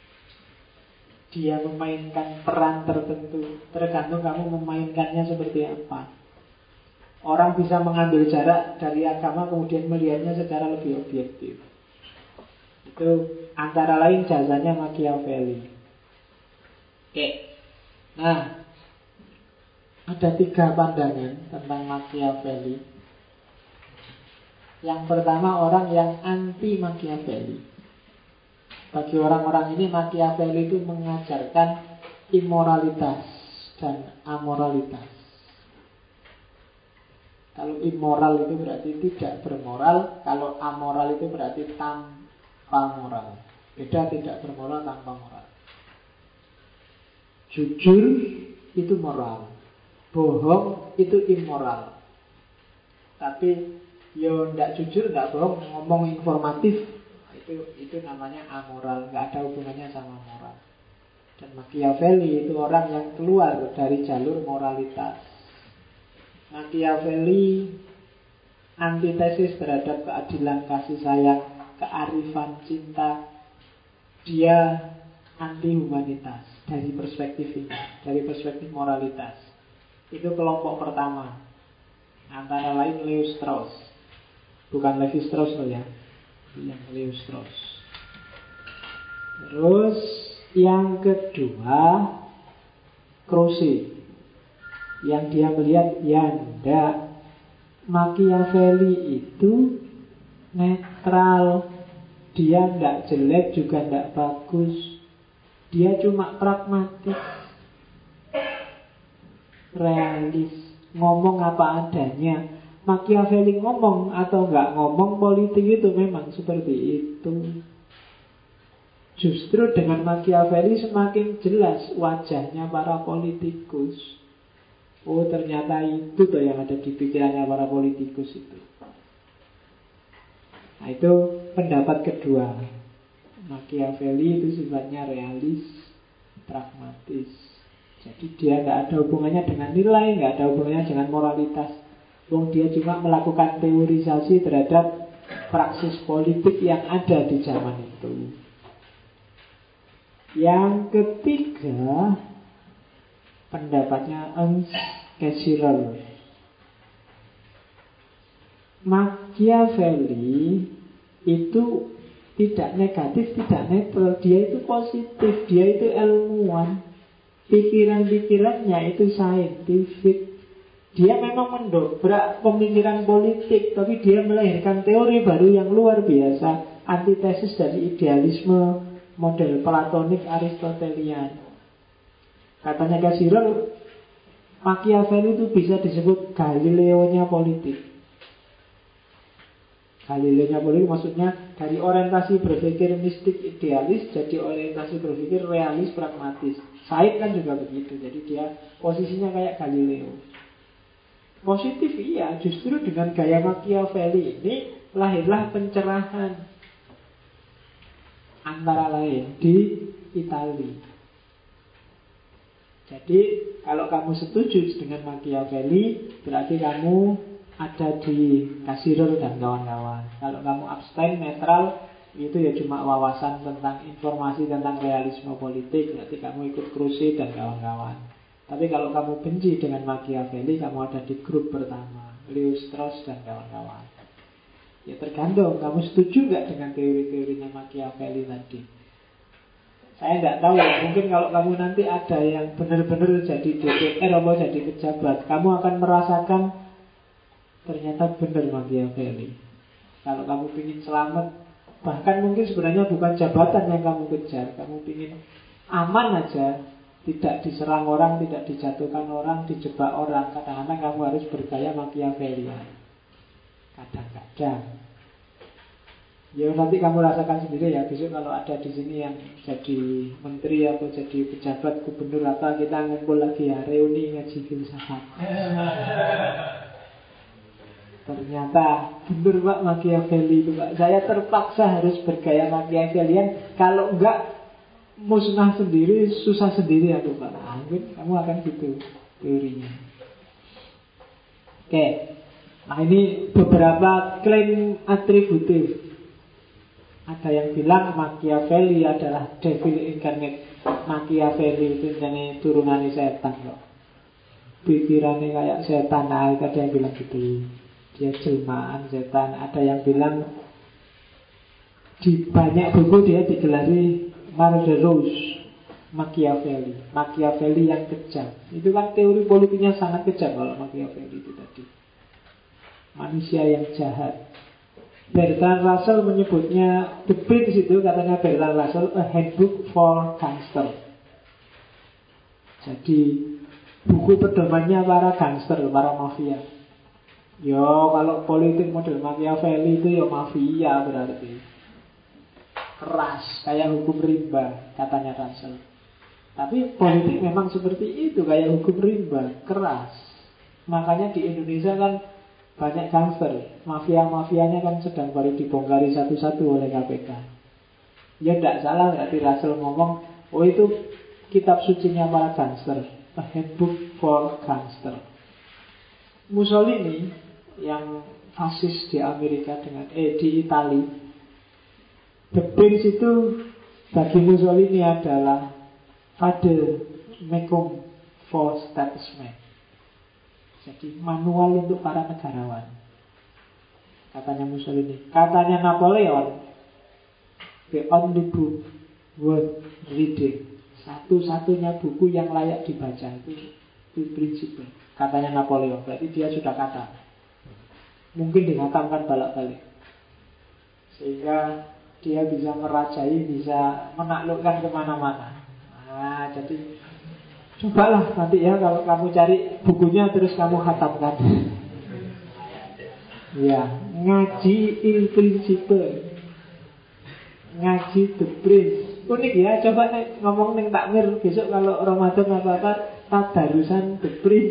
S1: Dia memainkan peran tertentu, tergantung kamu memainkannya seperti apa. Orang bisa mengambil jarak dari agama kemudian melihatnya secara lebih objektif. Itu antara lain jasanya Machiavelli. Oke. Nah, ada tiga pandangan tentang Machiavelli. Yang pertama, orang yang anti Machiavelli. Bagi orang-orang ini Machiavelli itu mengajarkan immoralitas dan amoralitas. Kalau immoral itu berarti tidak bermoral, kalau amoral itu berarti tanpa moral. Beda tidak bermoral tanpa moral. Jujur itu moral, bohong itu immoral. Tapi yo ndak jujur, ndak bohong, ngomong informatif, itu itu namanya amoral, nggak ada hubungannya sama moral. Dan Machiavelli itu orang yang keluar dari jalur moralitas. Machiavelli antitesis terhadap keadilan kasih sayang, kearifan cinta. Dia anti humanitas dari perspektif ini, dari perspektif moralitas. Itu kelompok pertama. Antara lain Leo Strauss. Bukan Levi Strauss loh ya, yang Leo Strauss. Terus yang kedua Croce, yang dia melihat yang enggak, Machiavelli itu netral. Dia enggak jelek juga enggak bagus. Dia cuma pragmatis, realis, ngomong apa adanya. Machiavelli ngomong atau enggak ngomong, politik itu memang seperti itu. Justru dengan Machiavelli semakin jelas wajahnya para politikus. Oh, ternyata itu tuh yang ada di pikirannya para politikus itu. Nah, itu pendapat kedua. Machiavelli itu sifatnya realis, pragmatis. Jadi dia nggak ada hubungannya dengan nilai, nggak ada hubungannya dengan moralitas. Wong dia cuma melakukan teorisasi terhadap praksis politik yang ada di zaman itu. Yang ketiga, pendapatnya Ernst Cassirer. Machiavelli itu tidak negatif, tidak netral. Dia itu positif, dia itu ilmuwan. Pikiran-pikirannya itu saintifik. Dia memang mendobrak pemikiran politik, tapi dia melahirkan teori baru yang luar biasa, antitesis dari idealisme model platonik Aristotelian. Katanya Cassirer, Machiavelli itu bisa disebut Galileo-nya politik. Galileo-nya politik maksudnya dari orientasi berpikir mistik idealis jadi orientasi berpikir realis pragmatis. Said kan juga begitu. Jadi dia posisinya kayak Galileo. Positif iya, justru dengan gaya Machiavelli ini lahirlah pencerahan. Antara lain di Italia. Jadi kalau kamu setuju dengan Machiavelli, berarti kamu ada di Cassirer dan kawan-kawan. Kalau kamu abstain, netral, itu ya cuma wawasan tentang informasi tentang realisme politik, berarti kamu ikut Croce dan kawan-kawan. Tapi kalau kamu benci dengan Machiavelli, kamu ada di grup pertama, Leo Strauss dan kawan-kawan. Ya tergantung, kamu setuju nggak dengan teori-teorinya Machiavelli tadi? Saya nggak tahu ya, mungkin kalau kamu nanti ada yang benar-benar jadi D P R atau jadi pejabat, kamu akan merasakan ternyata benar Machiavelli. Kalau kamu ingin selamat, bahkan mungkin sebenarnya bukan jabatan yang kamu kejar, kamu ingin aman aja, tidak diserang orang, tidak dijatuhkan orang, dijebak orang. Kadang-kadang kamu harus bergaya Machiavellian. Kadang-kadang. Ya nanti kamu rasakan sendiri ya. Besok kalau ada di sini yang jadi menteri atau jadi pejabat gubernur apa, kita ngumpul lagi ya, reuni ngaji filsafat. Ternyata benar Pak Machiavelli itu Pak. Saya terpaksa harus bergaya Machiavellian. Kalau enggak musnah sendiri, susah sendiri aku Pak. Mungkin kamu akan gitu teorinya. Oke. Nah ini beberapa klaim atributif. Ada yang bilang Machiavelli adalah devil incarnate. Machiavelli itu jadi turunannya setan kok. Pikirannya kayak setan. Nah, ada yang bilang gitu. Dia jelmaan setan. Ada yang bilang di banyak buku dia digelari murderous Machiavelli. Machiavelli yang kejam. Itu kan teori politiknya sangat kejam kalau Machiavelli itu tadi. Manusia yang jahat. Bertrand Russell menyebutnya The Prince itu, katanya Bertrand Russell, a handbook for gangster. Jadi buku pedomannya para gangster, para mafia. Yo, kalau politik model Machiavelli itu ya mafia berarti. Keras, kayak hukum rimba, katanya Russell. Tapi politik memang seperti itu, kayak hukum rimba, keras. Makanya di Indonesia kan banyak gangster. Mafia-mafianya kan sedang baru dibongkari satu-satu oleh K P K. Ya tidak salah berarti Russell ngomong, oh itu kitab sucinya para gangster, a handbook for gangster. Mussolini yang fasis di Amerika dengan eh di Italia, The Prince itu bagi Mussolini adalah Father Mecum for statesmen. Jadi manual untuk para negarawan, katanya Mussolini. Katanya Napoleon, the only book worth reading, satu-satunya buku yang layak dibaca itu itu prinsipnya, katanya Napoleon. Berarti dia sudah kata, mungkin dihatamkan balik-balik, sehingga dia bisa merajai, bisa menaklukkan kemana-mana. Nah, jadi cobalah nanti ya kalau kamu cari bukunya terus kamu khatamkan. Ya, ngaji Il Principe, ngaji The Prince. Unik ya, coba nih, ngomong neng takmir besok kalau Ramadan apa-apa, tadarusan The Prince.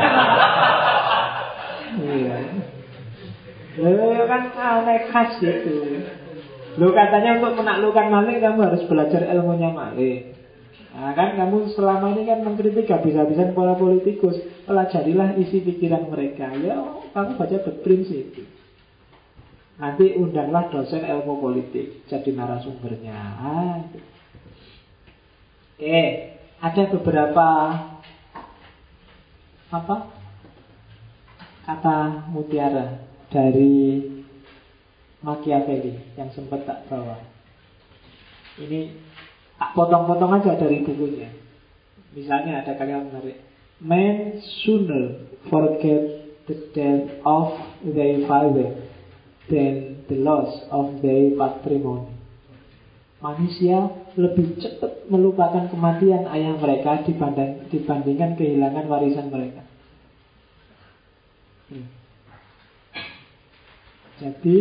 S1: Iya. Loh kan aneh khas gitu. Loh katanya untuk menaklukkan maling kamu harus belajar ilmunya maling. Nah kan kamu selama ini kan mengkritik habis-habisan para politikus. Pelajarilah isi pikiran mereka. Ya kamu baca The Prince itu. Nanti undanglah dosen ilmu politik jadi narasumbernya. Ah, itu. Oke, ada beberapa apa kata mutiara dari Machiavelli yang sempat tak bawa. Ini tak potong-potong aja dari bukunya. Misalnya ada kalimat menarik. Men sooner forget the death of their father than the loss of their patrimony. Manusia lebih cepat melupakan kematian ayah mereka dibanding, dibandingkan kehilangan warisan mereka. Hmm. Jadi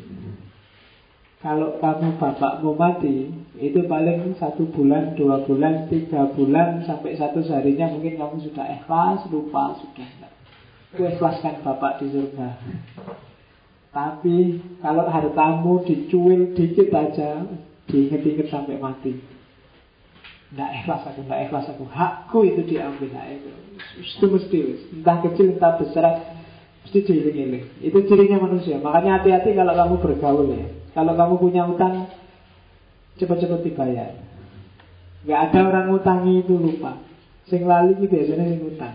S1: kalau kamu bapakmu mati, itu paling satu bulan, dua bulan, tiga bulan, sampai satu harinya mungkin kamu sudah ikhlas, lupa, sudah enggak. Aku ikhlaskan bapak di surga. Tapi kalau hartamu dicuil dikit aja, diinget-inget sampai mati. Enggak ikhlas aku, enggak ikhlas aku. Hakku itu diambil, nah itu. Itu mesti, entah kecil, entah besar, mesti diiling-iling. Itu cirinya manusia. Makanya hati-hati kalau kamu bergaul ya. Kalau kamu punya utang, cepat-cepat dibayar. Gak ada orang ngutangi itu lupa. Sing lali itu biasanya sing utang.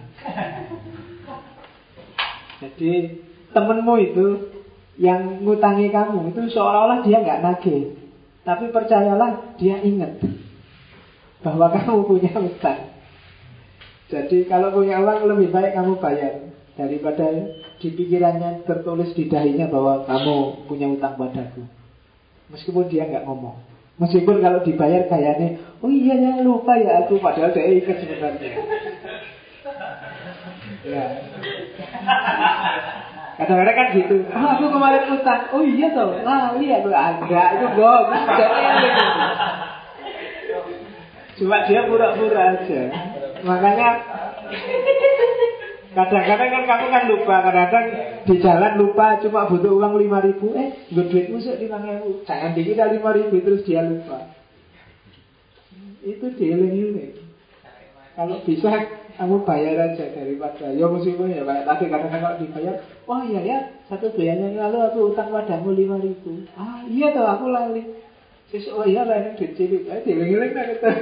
S1: Jadi temenmu itu yang ngutangi kamu itu seolah-olah dia gak nagih, tapi percayalah dia ingat bahwa kamu punya utang. Jadi kalau punya uang lebih baik kamu bayar daripada di pikirannya tertulis di dahinya bahwa kamu punya utang padaku. Meskipun dia nggak ngomong, meskipun kalau dibayar kayaknya, oh iya ya lupa ya aku, padahal dia ingat sebenarnya. Ya. Kadang-kadang kan gitu, oh aku kemarin utang, oh iya toh, ah iya tuh enggak, itu bohong, cuma dia pura-pura aja. Makanya kadang-kadang kan kamu kan lupa, kadang-kadang di jalan lupa cuma butuh uang lima ribu, eh gue duitmu sih lima ribu, jangan dikira lima ribu terus dia lupa. Itu dieling-eling. Kalau bisa kamu bayar aja daripada ya meskipun ya kayak tadi kadang-kadang kalau dibayar, wah iya ya satu bulan yang lalu aku utang padamu lima ribu. Ah iya toh aku lali. Sis oh iya lah ini duit cilik. Eh diling-iling lah kita.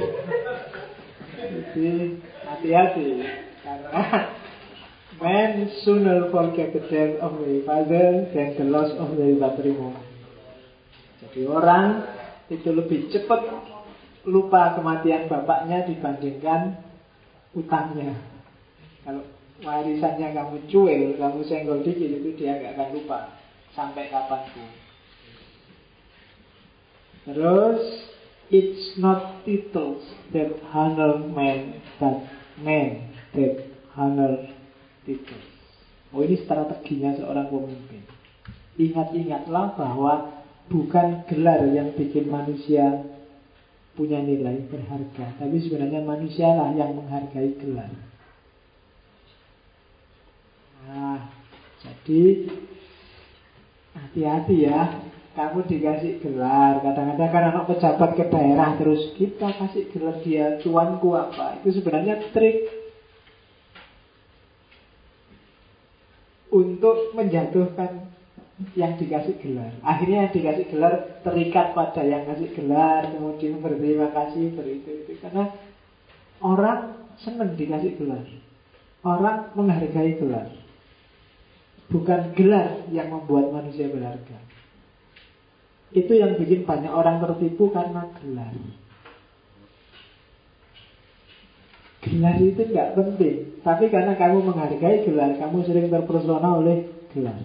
S1: Jadi hati-hati karena man sooner forget the death of their father than the loss of their patrimony. Jadi orang itu lebih cepat lupa kematian bapaknya dibandingkan utangnya. Kalau warisannya kamu cuil, kamu senggol dikit, itu dia nggak akan lupa sampai kapanpun. Terus, it's not titles that honor man, but man that honor titles. Oh, ini strateginya seorang pemimpin. Ingat-ingatlah bahwa bukan gelar yang bikin manusia punya nilai berharga, tapi sebenarnya manusialah yang menghargai gelar. Nah, jadi hati-hati ya. Kamu dikasih gelar, kadang-kadang kan anak pejabat ke daerah terus kita kasih gelar dia, cuanku apa. Itu sebenarnya trik untuk menjatuhkan yang dikasih gelar. Akhirnya yang dikasih gelar terikat pada yang kasih gelar, kemudian berterima kasih, beritu itu. Karena orang senang dikasih gelar, orang menghargai gelar. Bukan gelar yang membuat manusia berharga. Itu yang bikin banyak orang tertipu karena gelar. Gelar itu nggak penting, tapi karena kamu menghargai gelar, kamu sering terpesona oleh gelar.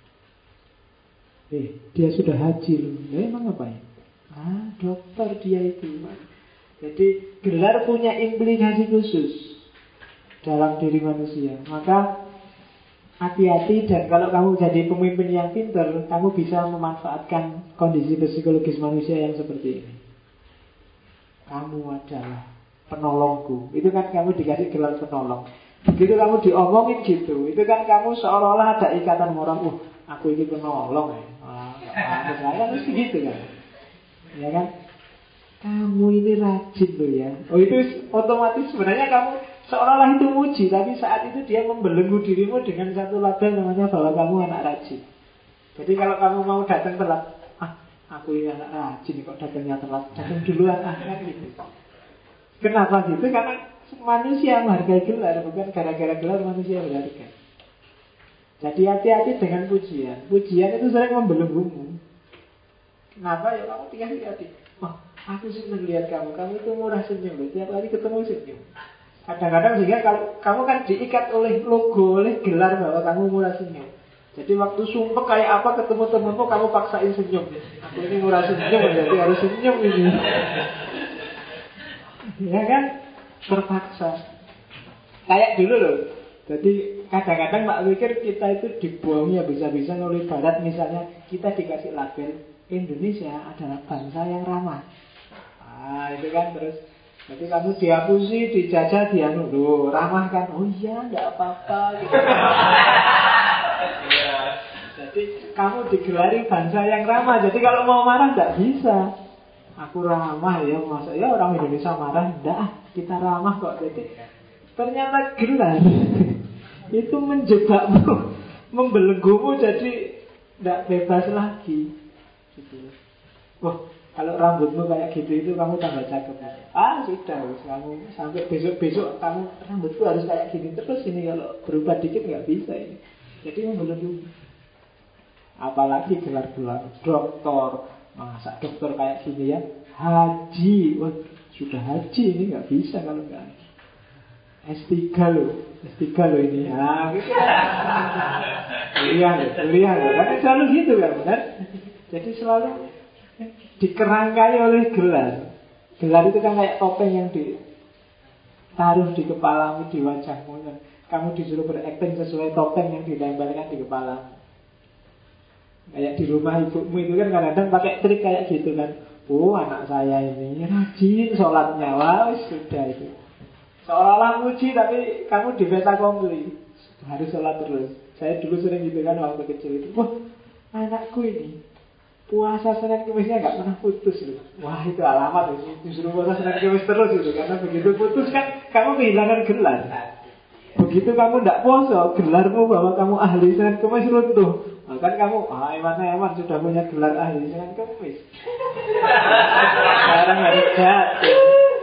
S1: Eh, dia sudah haji loh. Eh, emang ngapain? Ah, dokter dia itu. Jadi gelar punya implikasi khusus dalam diri manusia. Maka hati-hati, dan kalau kamu jadi pemimpin yang pintar, kamu bisa memanfaatkan kondisi psikologis manusia yang seperti ini. Kamu adalah penolongku. Itu kan kamu dikasih gelar penolong. Begitu kamu diomongin gitu, itu kan kamu seolah-olah ada ikatan moral. Uh, aku ini penolong ya. Ah, saya kan mesti gitu kan. Ya kan? Kamu ini rajin loh ya. Oh itu otomatis sebenarnya kamu seolah-olah itu muji, tapi saat itu dia membelenggu dirimu dengan satu label namanya bahwa kamu anak rajin. Jadi kalau kamu mau datang telat, ah aku ini anak rajin kok datangnya telat, datang duluan ah kan gitu. Kenapa gitu? Karena manusia menghargai gelar, bukan gara-gara gelar manusia berharga. Jadi hati-hati dengan pujian. Pujian itu sering membelenggumu. Kenapa? Ya kamu dikasih hati. Wah, aku senang lihat kamu. Kamu itu murah senyum. Tiap hari ketemu senyum. Kadang-kadang sehingga kalau kamu kan diikat oleh logo, oleh gelar bahwa kamu murah senyum. Jadi waktu sumpah kayak apa ketemu temanmu, kamu paksain senyum. Aku ini murah senyum, jadi harus senyum ini. Ya kan? Terpaksa. Kayak dulu loh. Jadi kadang-kadang Pak pikir kita itu dibohongi habis-habisan oleh Barat. Misalnya kita dikasih label Indonesia adalah bangsa yang ramah. Ah itu kan terus. Jadi kamu dihapusi, dijajah, dianu loh, ramah kan? Oh iya, enggak apa-apa gitu. Jadi kamu digelari bangsa yang ramah. Jadi kalau mau marah enggak bisa. Aku ramah ya, masa ya orang Indonesia marah? Enggak, kita ramah kok. Jadi ternyata gelar itu menjebakmu, membelenggumu, jadi enggak bebas lagi. Gitu. Wah, kalau rambutmu kayak gitu itu kamu tambah cakep. Ah sudah, kamu sampai besok-besok kamu rambutku harus kayak gini terus ini, kalau berubah dikit nggak bisa ini. Jadi membelenggu. Apalagi gelar-gelar doktor, masa dokter kayak gini ya, haji, wah sudah haji ini nggak bisa kalau nggak. S tiga loh, S tiga loh ini. Ah, gitu. Kuliah loh, kuliah loh. Kan selalu gitu kan, benar? Jadi selalu dikerangkai oleh gelar. Gelar itu kan kayak topeng yang ditaruh di kepalamu, di wajahmu. Dan kamu disuruh berakting sesuai topeng yang ditempelkan di kepalamu. Kayak di rumah ibumu itu kan kadang-kadang pakai trik kayak gitu kan. Oh anak saya ini rajin sholatnya. Wah sudah itu. Seolah-olah muji tapi kamu di beta kompli. Harus sholat terus. Saya dulu sering gitu kan waktu kecil itu. Wah anakku ini puasa Senin Kemisnya nggak pernah putus loh. Wah itu alamat ini. Justru puasa Senin Kemis terus itu. Karena begitu putus kan kamu kehilangan gelar. Begitu kamu tidak puasa, gelarmu bahwa kamu ahli Senin Kemis runtuh. Nah, kan kamu, ah Eman Eman sudah punya gelar ahli Senin Kemis. Sekarang harus jatuh.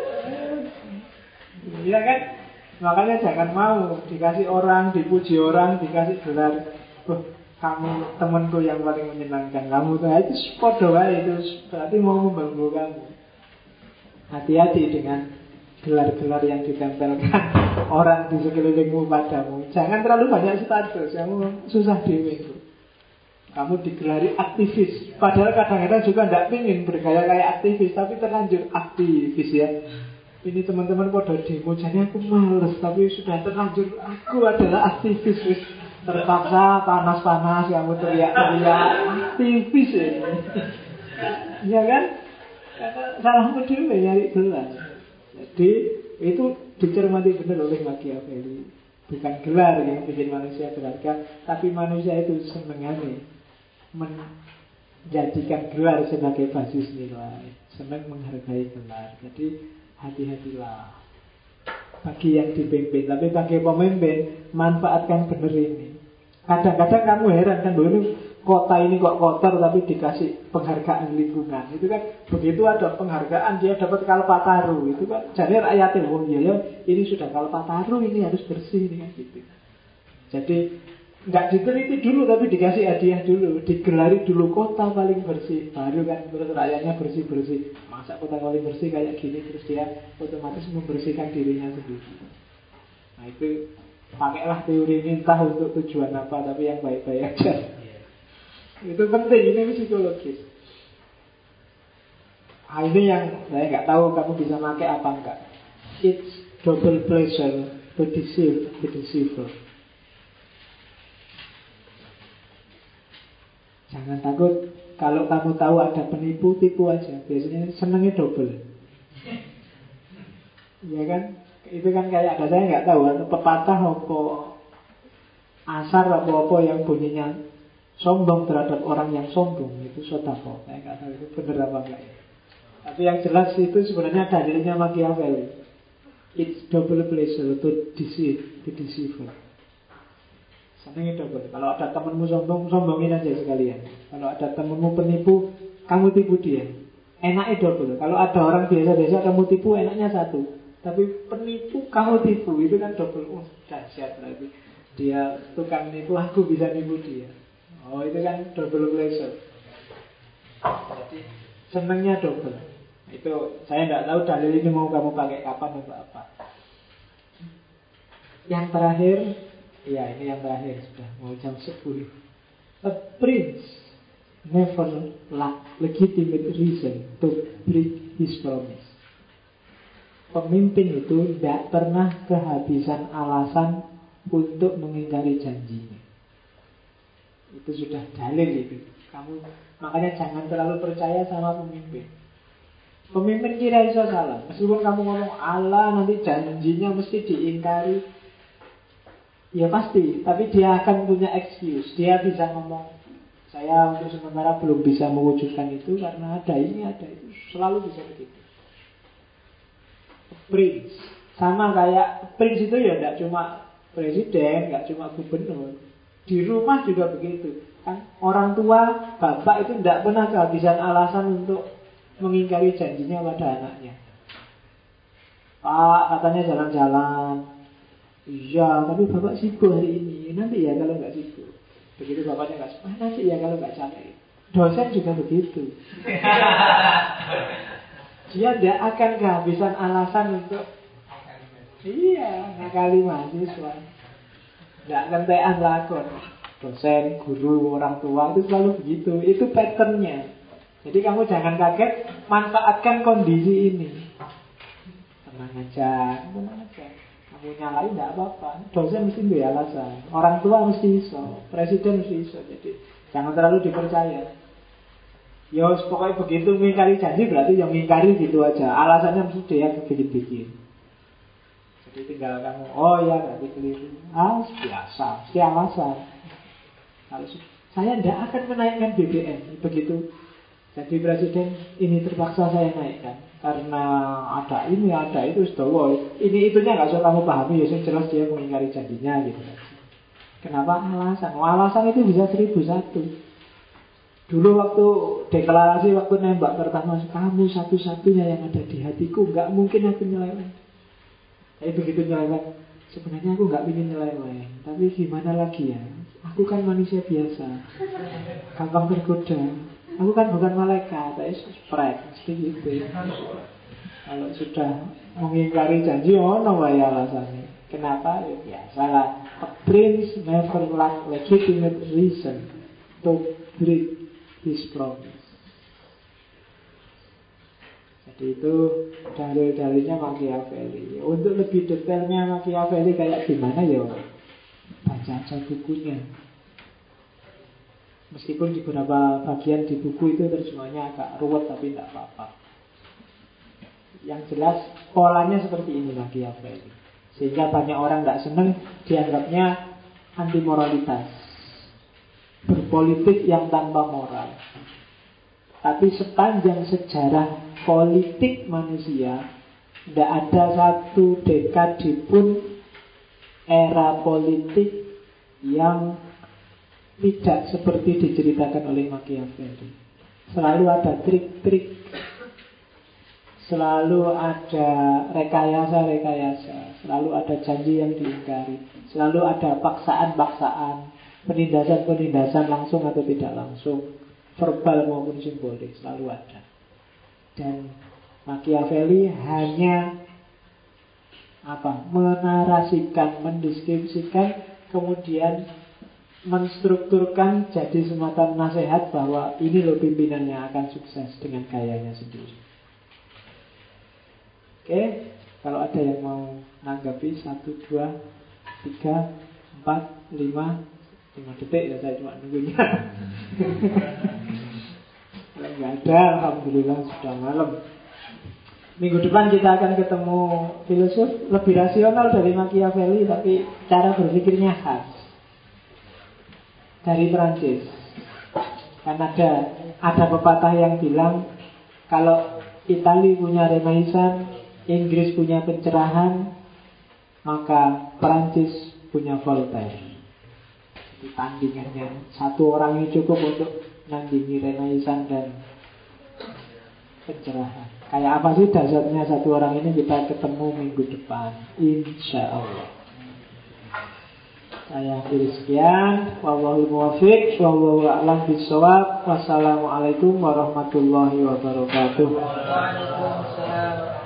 S1: Iya kan? Makanya jangan mau dikasih orang, dipuji orang, dikasih gelar. Oh, kamu temanku yang paling menyenangkan. Kamu tuh itu podo itu berarti mau membanggu kamu. Hati-hati dengan gelar-gelar yang ditempelkan orang di sekelilingmu padamu. Jangan terlalu banyak status, kamu susah dewe. Kamu digelari aktivis, padahal kadang-kadang juga tidak ingin bergaya kayak aktivis, tapi terlanjur aktivis ya. Ini teman-teman podo demo, jadi aku males, tapi sudah terlanjur aku adalah aktivis. Terpaksa panas-panas kamu teriak-teriak aktivis ini. Ya kan? Karena salahmu dulu nyari gelar. Jadi itu dicermati benar oleh Machiavelli. Bukan gelar yang bikin manusia berharga, tapi manusia itu senengannya menjadikan gelar sebagai basis nilai, senang menghargai gelar. Jadi hati-hatilah bagi yang dipimpin, tapi bagi pemimpin manfaatkan benar ini. Kadang-kadang kamu heran kan, ini kota ini kok kotor tapi dikasih penghargaan lingkungan. Itu kan begitu ada penghargaan dia dapat Kalpataru. Itu kan jadi rakyatnya, oh iya ya ini sudah Kalpataru, ini harus bersih ini kan gitu. Jadi nggak diteliti dulu tapi dikasih hadiah dulu, digelari dulu kota paling bersih, baru kan terus rakyatnya bersih-bersih. Masa kota paling bersih kayak gini, terus dia otomatis membersihkan dirinya sendiri. Nah itu pakailah teori ini entah untuk tujuan apa, tapi yang baik-baik aja. Itu penting, ini psikologis. Nah, ini yang saya nggak tahu kamu bisa pakai apa enggak. It's double pleasure to deceive the deceiver. Jangan takut. Kalau kamu tahu ada penipu, tipu aja. Biasanya senangnya double. Iya kan? Itu kan kayak ada, saya nggak tahu ada pepatah apa asar apa-apa yang bunyinya sombong terhadap orang yang sombong, itu sodako. Saya nggak tahu itu benar apa enggak ya. Tapi yang jelas itu sebenarnya dalilnya Machiavelli. It's double pleasure to deceive the deceiver. Senangnya double. Kalau ada temanmu sombong, sombongin aja sekalian. Kalau ada temanmu penipu, kamu tipu dia. Enaknya double. Kalau ada orang biasa-biasa kamu tipu, enaknya satu. Tapi penipu kamu tipu, itu kan double. Oh, dahsyat berarti. Dia tukang nipu, aku bisa nipu dia. Oh, itu kan double pleasure. Jadi senangnya double. Itu saya tidak tahu dalil ini mau kamu pakai kapan untuk apa. Yang terakhir, ya ini yang terakhir, sudah mau jam sepuluh. A prince never lack legitimate reason to break his promise. Pemimpin itu tidak pernah kehabisan alasan untuk mengingkari janjinya. Itu sudah dalil itu. Kamu makanya jangan terlalu percaya sama pemimpin. Pemimpin kira iso salah. Meskipun kamu ngomong Allah nanti janjinya mesti diingkari, ya pasti. Tapi dia akan punya excuse. Dia bisa ngomong, saya untuk sementara belum bisa mewujudkan itu karena ada ini, ada itu. Selalu bisa begitu. Prince sama kayak prince itu ya tidak cuma presiden, nggak cuma gubernur. Di rumah juga begitu kan. Orang tua, bapak itu tidak pernah kehabisan alasan untuk mengingkari janjinya pada anaknya. Pak, katanya jalan-jalan. Iya, tapi bapak sibuk hari ini. Nanti ya kalau nggak sibuk. Begitu bapaknya nggak sibuk, nanti ya kalau nggak capek. Dosen juga begitu. Dia tidak akan kehabisan alasan untuk iya, ngakali mahasiswa. Tidak kentean lakon. Dosen, guru, orang tua itu selalu begitu. Itu patternnya. Jadi kamu jangan kaget, manfaatkan kondisi ini. Tenang aja, tenang aja. Kamu nyalain tidak apa-apa. Dosen mesti ada alasan. Orang tua mesti iso, presiden mesti iso. Jadi jangan terlalu dipercaya. Ya pokoknya begitu mengingkari janji berarti yang mengingkari gitu aja. Alasannya mesti dia bikin-bikin. Jadi tinggal kamu, oh ya berarti keliru. Ah biasa, mesti alasan. Kalau saya tidak akan menaikkan B B M. Begitu Jadi presiden ini terpaksa saya naikkan karena ada ini, ada itu, sedawa. Ini itunya nggak usah kamu pahami, ya jelas dia mengingkari janjinya gitu. Kenapa alasan? Oh, alasan itu bisa seribu satu. Dulu waktu deklarasi, waktu nembak pertama, kamu satu-satunya yang ada di hatiku, nggak mungkin aku nyeleweng. Tapi begitu nyeleweng, sebenarnya aku nggak ingin nyeleweng, tapi gimana lagi ya? Aku kan manusia biasa, gampang tergoda. Aku kan bukan malaikat, tapi sprek, mesti gitu. Kalau sudah mengingkari janji, oh no ya alasannya. Kenapa? Ya biasalah. A prince never lack legitimate reason to break his promise. Jadi itu dalil-dalilnya Machiavelli. Untuk lebih detailnya Machiavelli kayak gimana ya baca aja bukunya. Meskipun di beberapa bagian di buku itu terjemahnya agak ruwet, tapi tidak apa-apa. Yang jelas polanya seperti ini Machiavelli. Sehingga banyak orang tidak senang, dianggapnya anti moralitas, berpolitik yang tanpa moral. Tapi sepanjang sejarah politik manusia, tidak ada satu dekade pun era politik yang tidak seperti diceritakan oleh Machiavelli. Selalu ada trik-trik, selalu ada rekayasa-rekayasa, selalu ada janji yang diingkari, selalu ada paksaan-paksaan, penindasan-penindasan langsung atau tidak langsung, verbal maupun simbolik, selalu ada. Dan Machiavelli hanya apa? Menarasikan, mendeskripsikan, kemudian menstrukturkan jadi semacam nasihat bahwa ini loh pimpinan yang akan sukses dengan gayanya sendiri. Oke, kalau ada yang mau nanggapi satu, dua, tiga, empat, lima, lima detik ya saya cuma nunggunya. Kalau nggak ada, alhamdulillah sudah malam. Minggu depan kita akan ketemu filosof lebih rasional dari Machiavelli, tapi cara berpikirnya khas dari Perancis. Kan ada ada pepatah yang bilang kalau Italia punya Renaissance, Inggris punya pencerahan, maka Perancis punya Voltaire. Jadi tandingannya satu orang ini cukup untuk nandingi Renaissance dan pencerahan. Kayak apa sih dasarnya satu orang ini, kita ketemu minggu depan, insya Allah. Saya akhiri sekian. Wallahul muwaffiq, wallahu a'lam bishawab. Wassalamualaikum warahmatullahi wabarakatuh. Waalaikumsalam.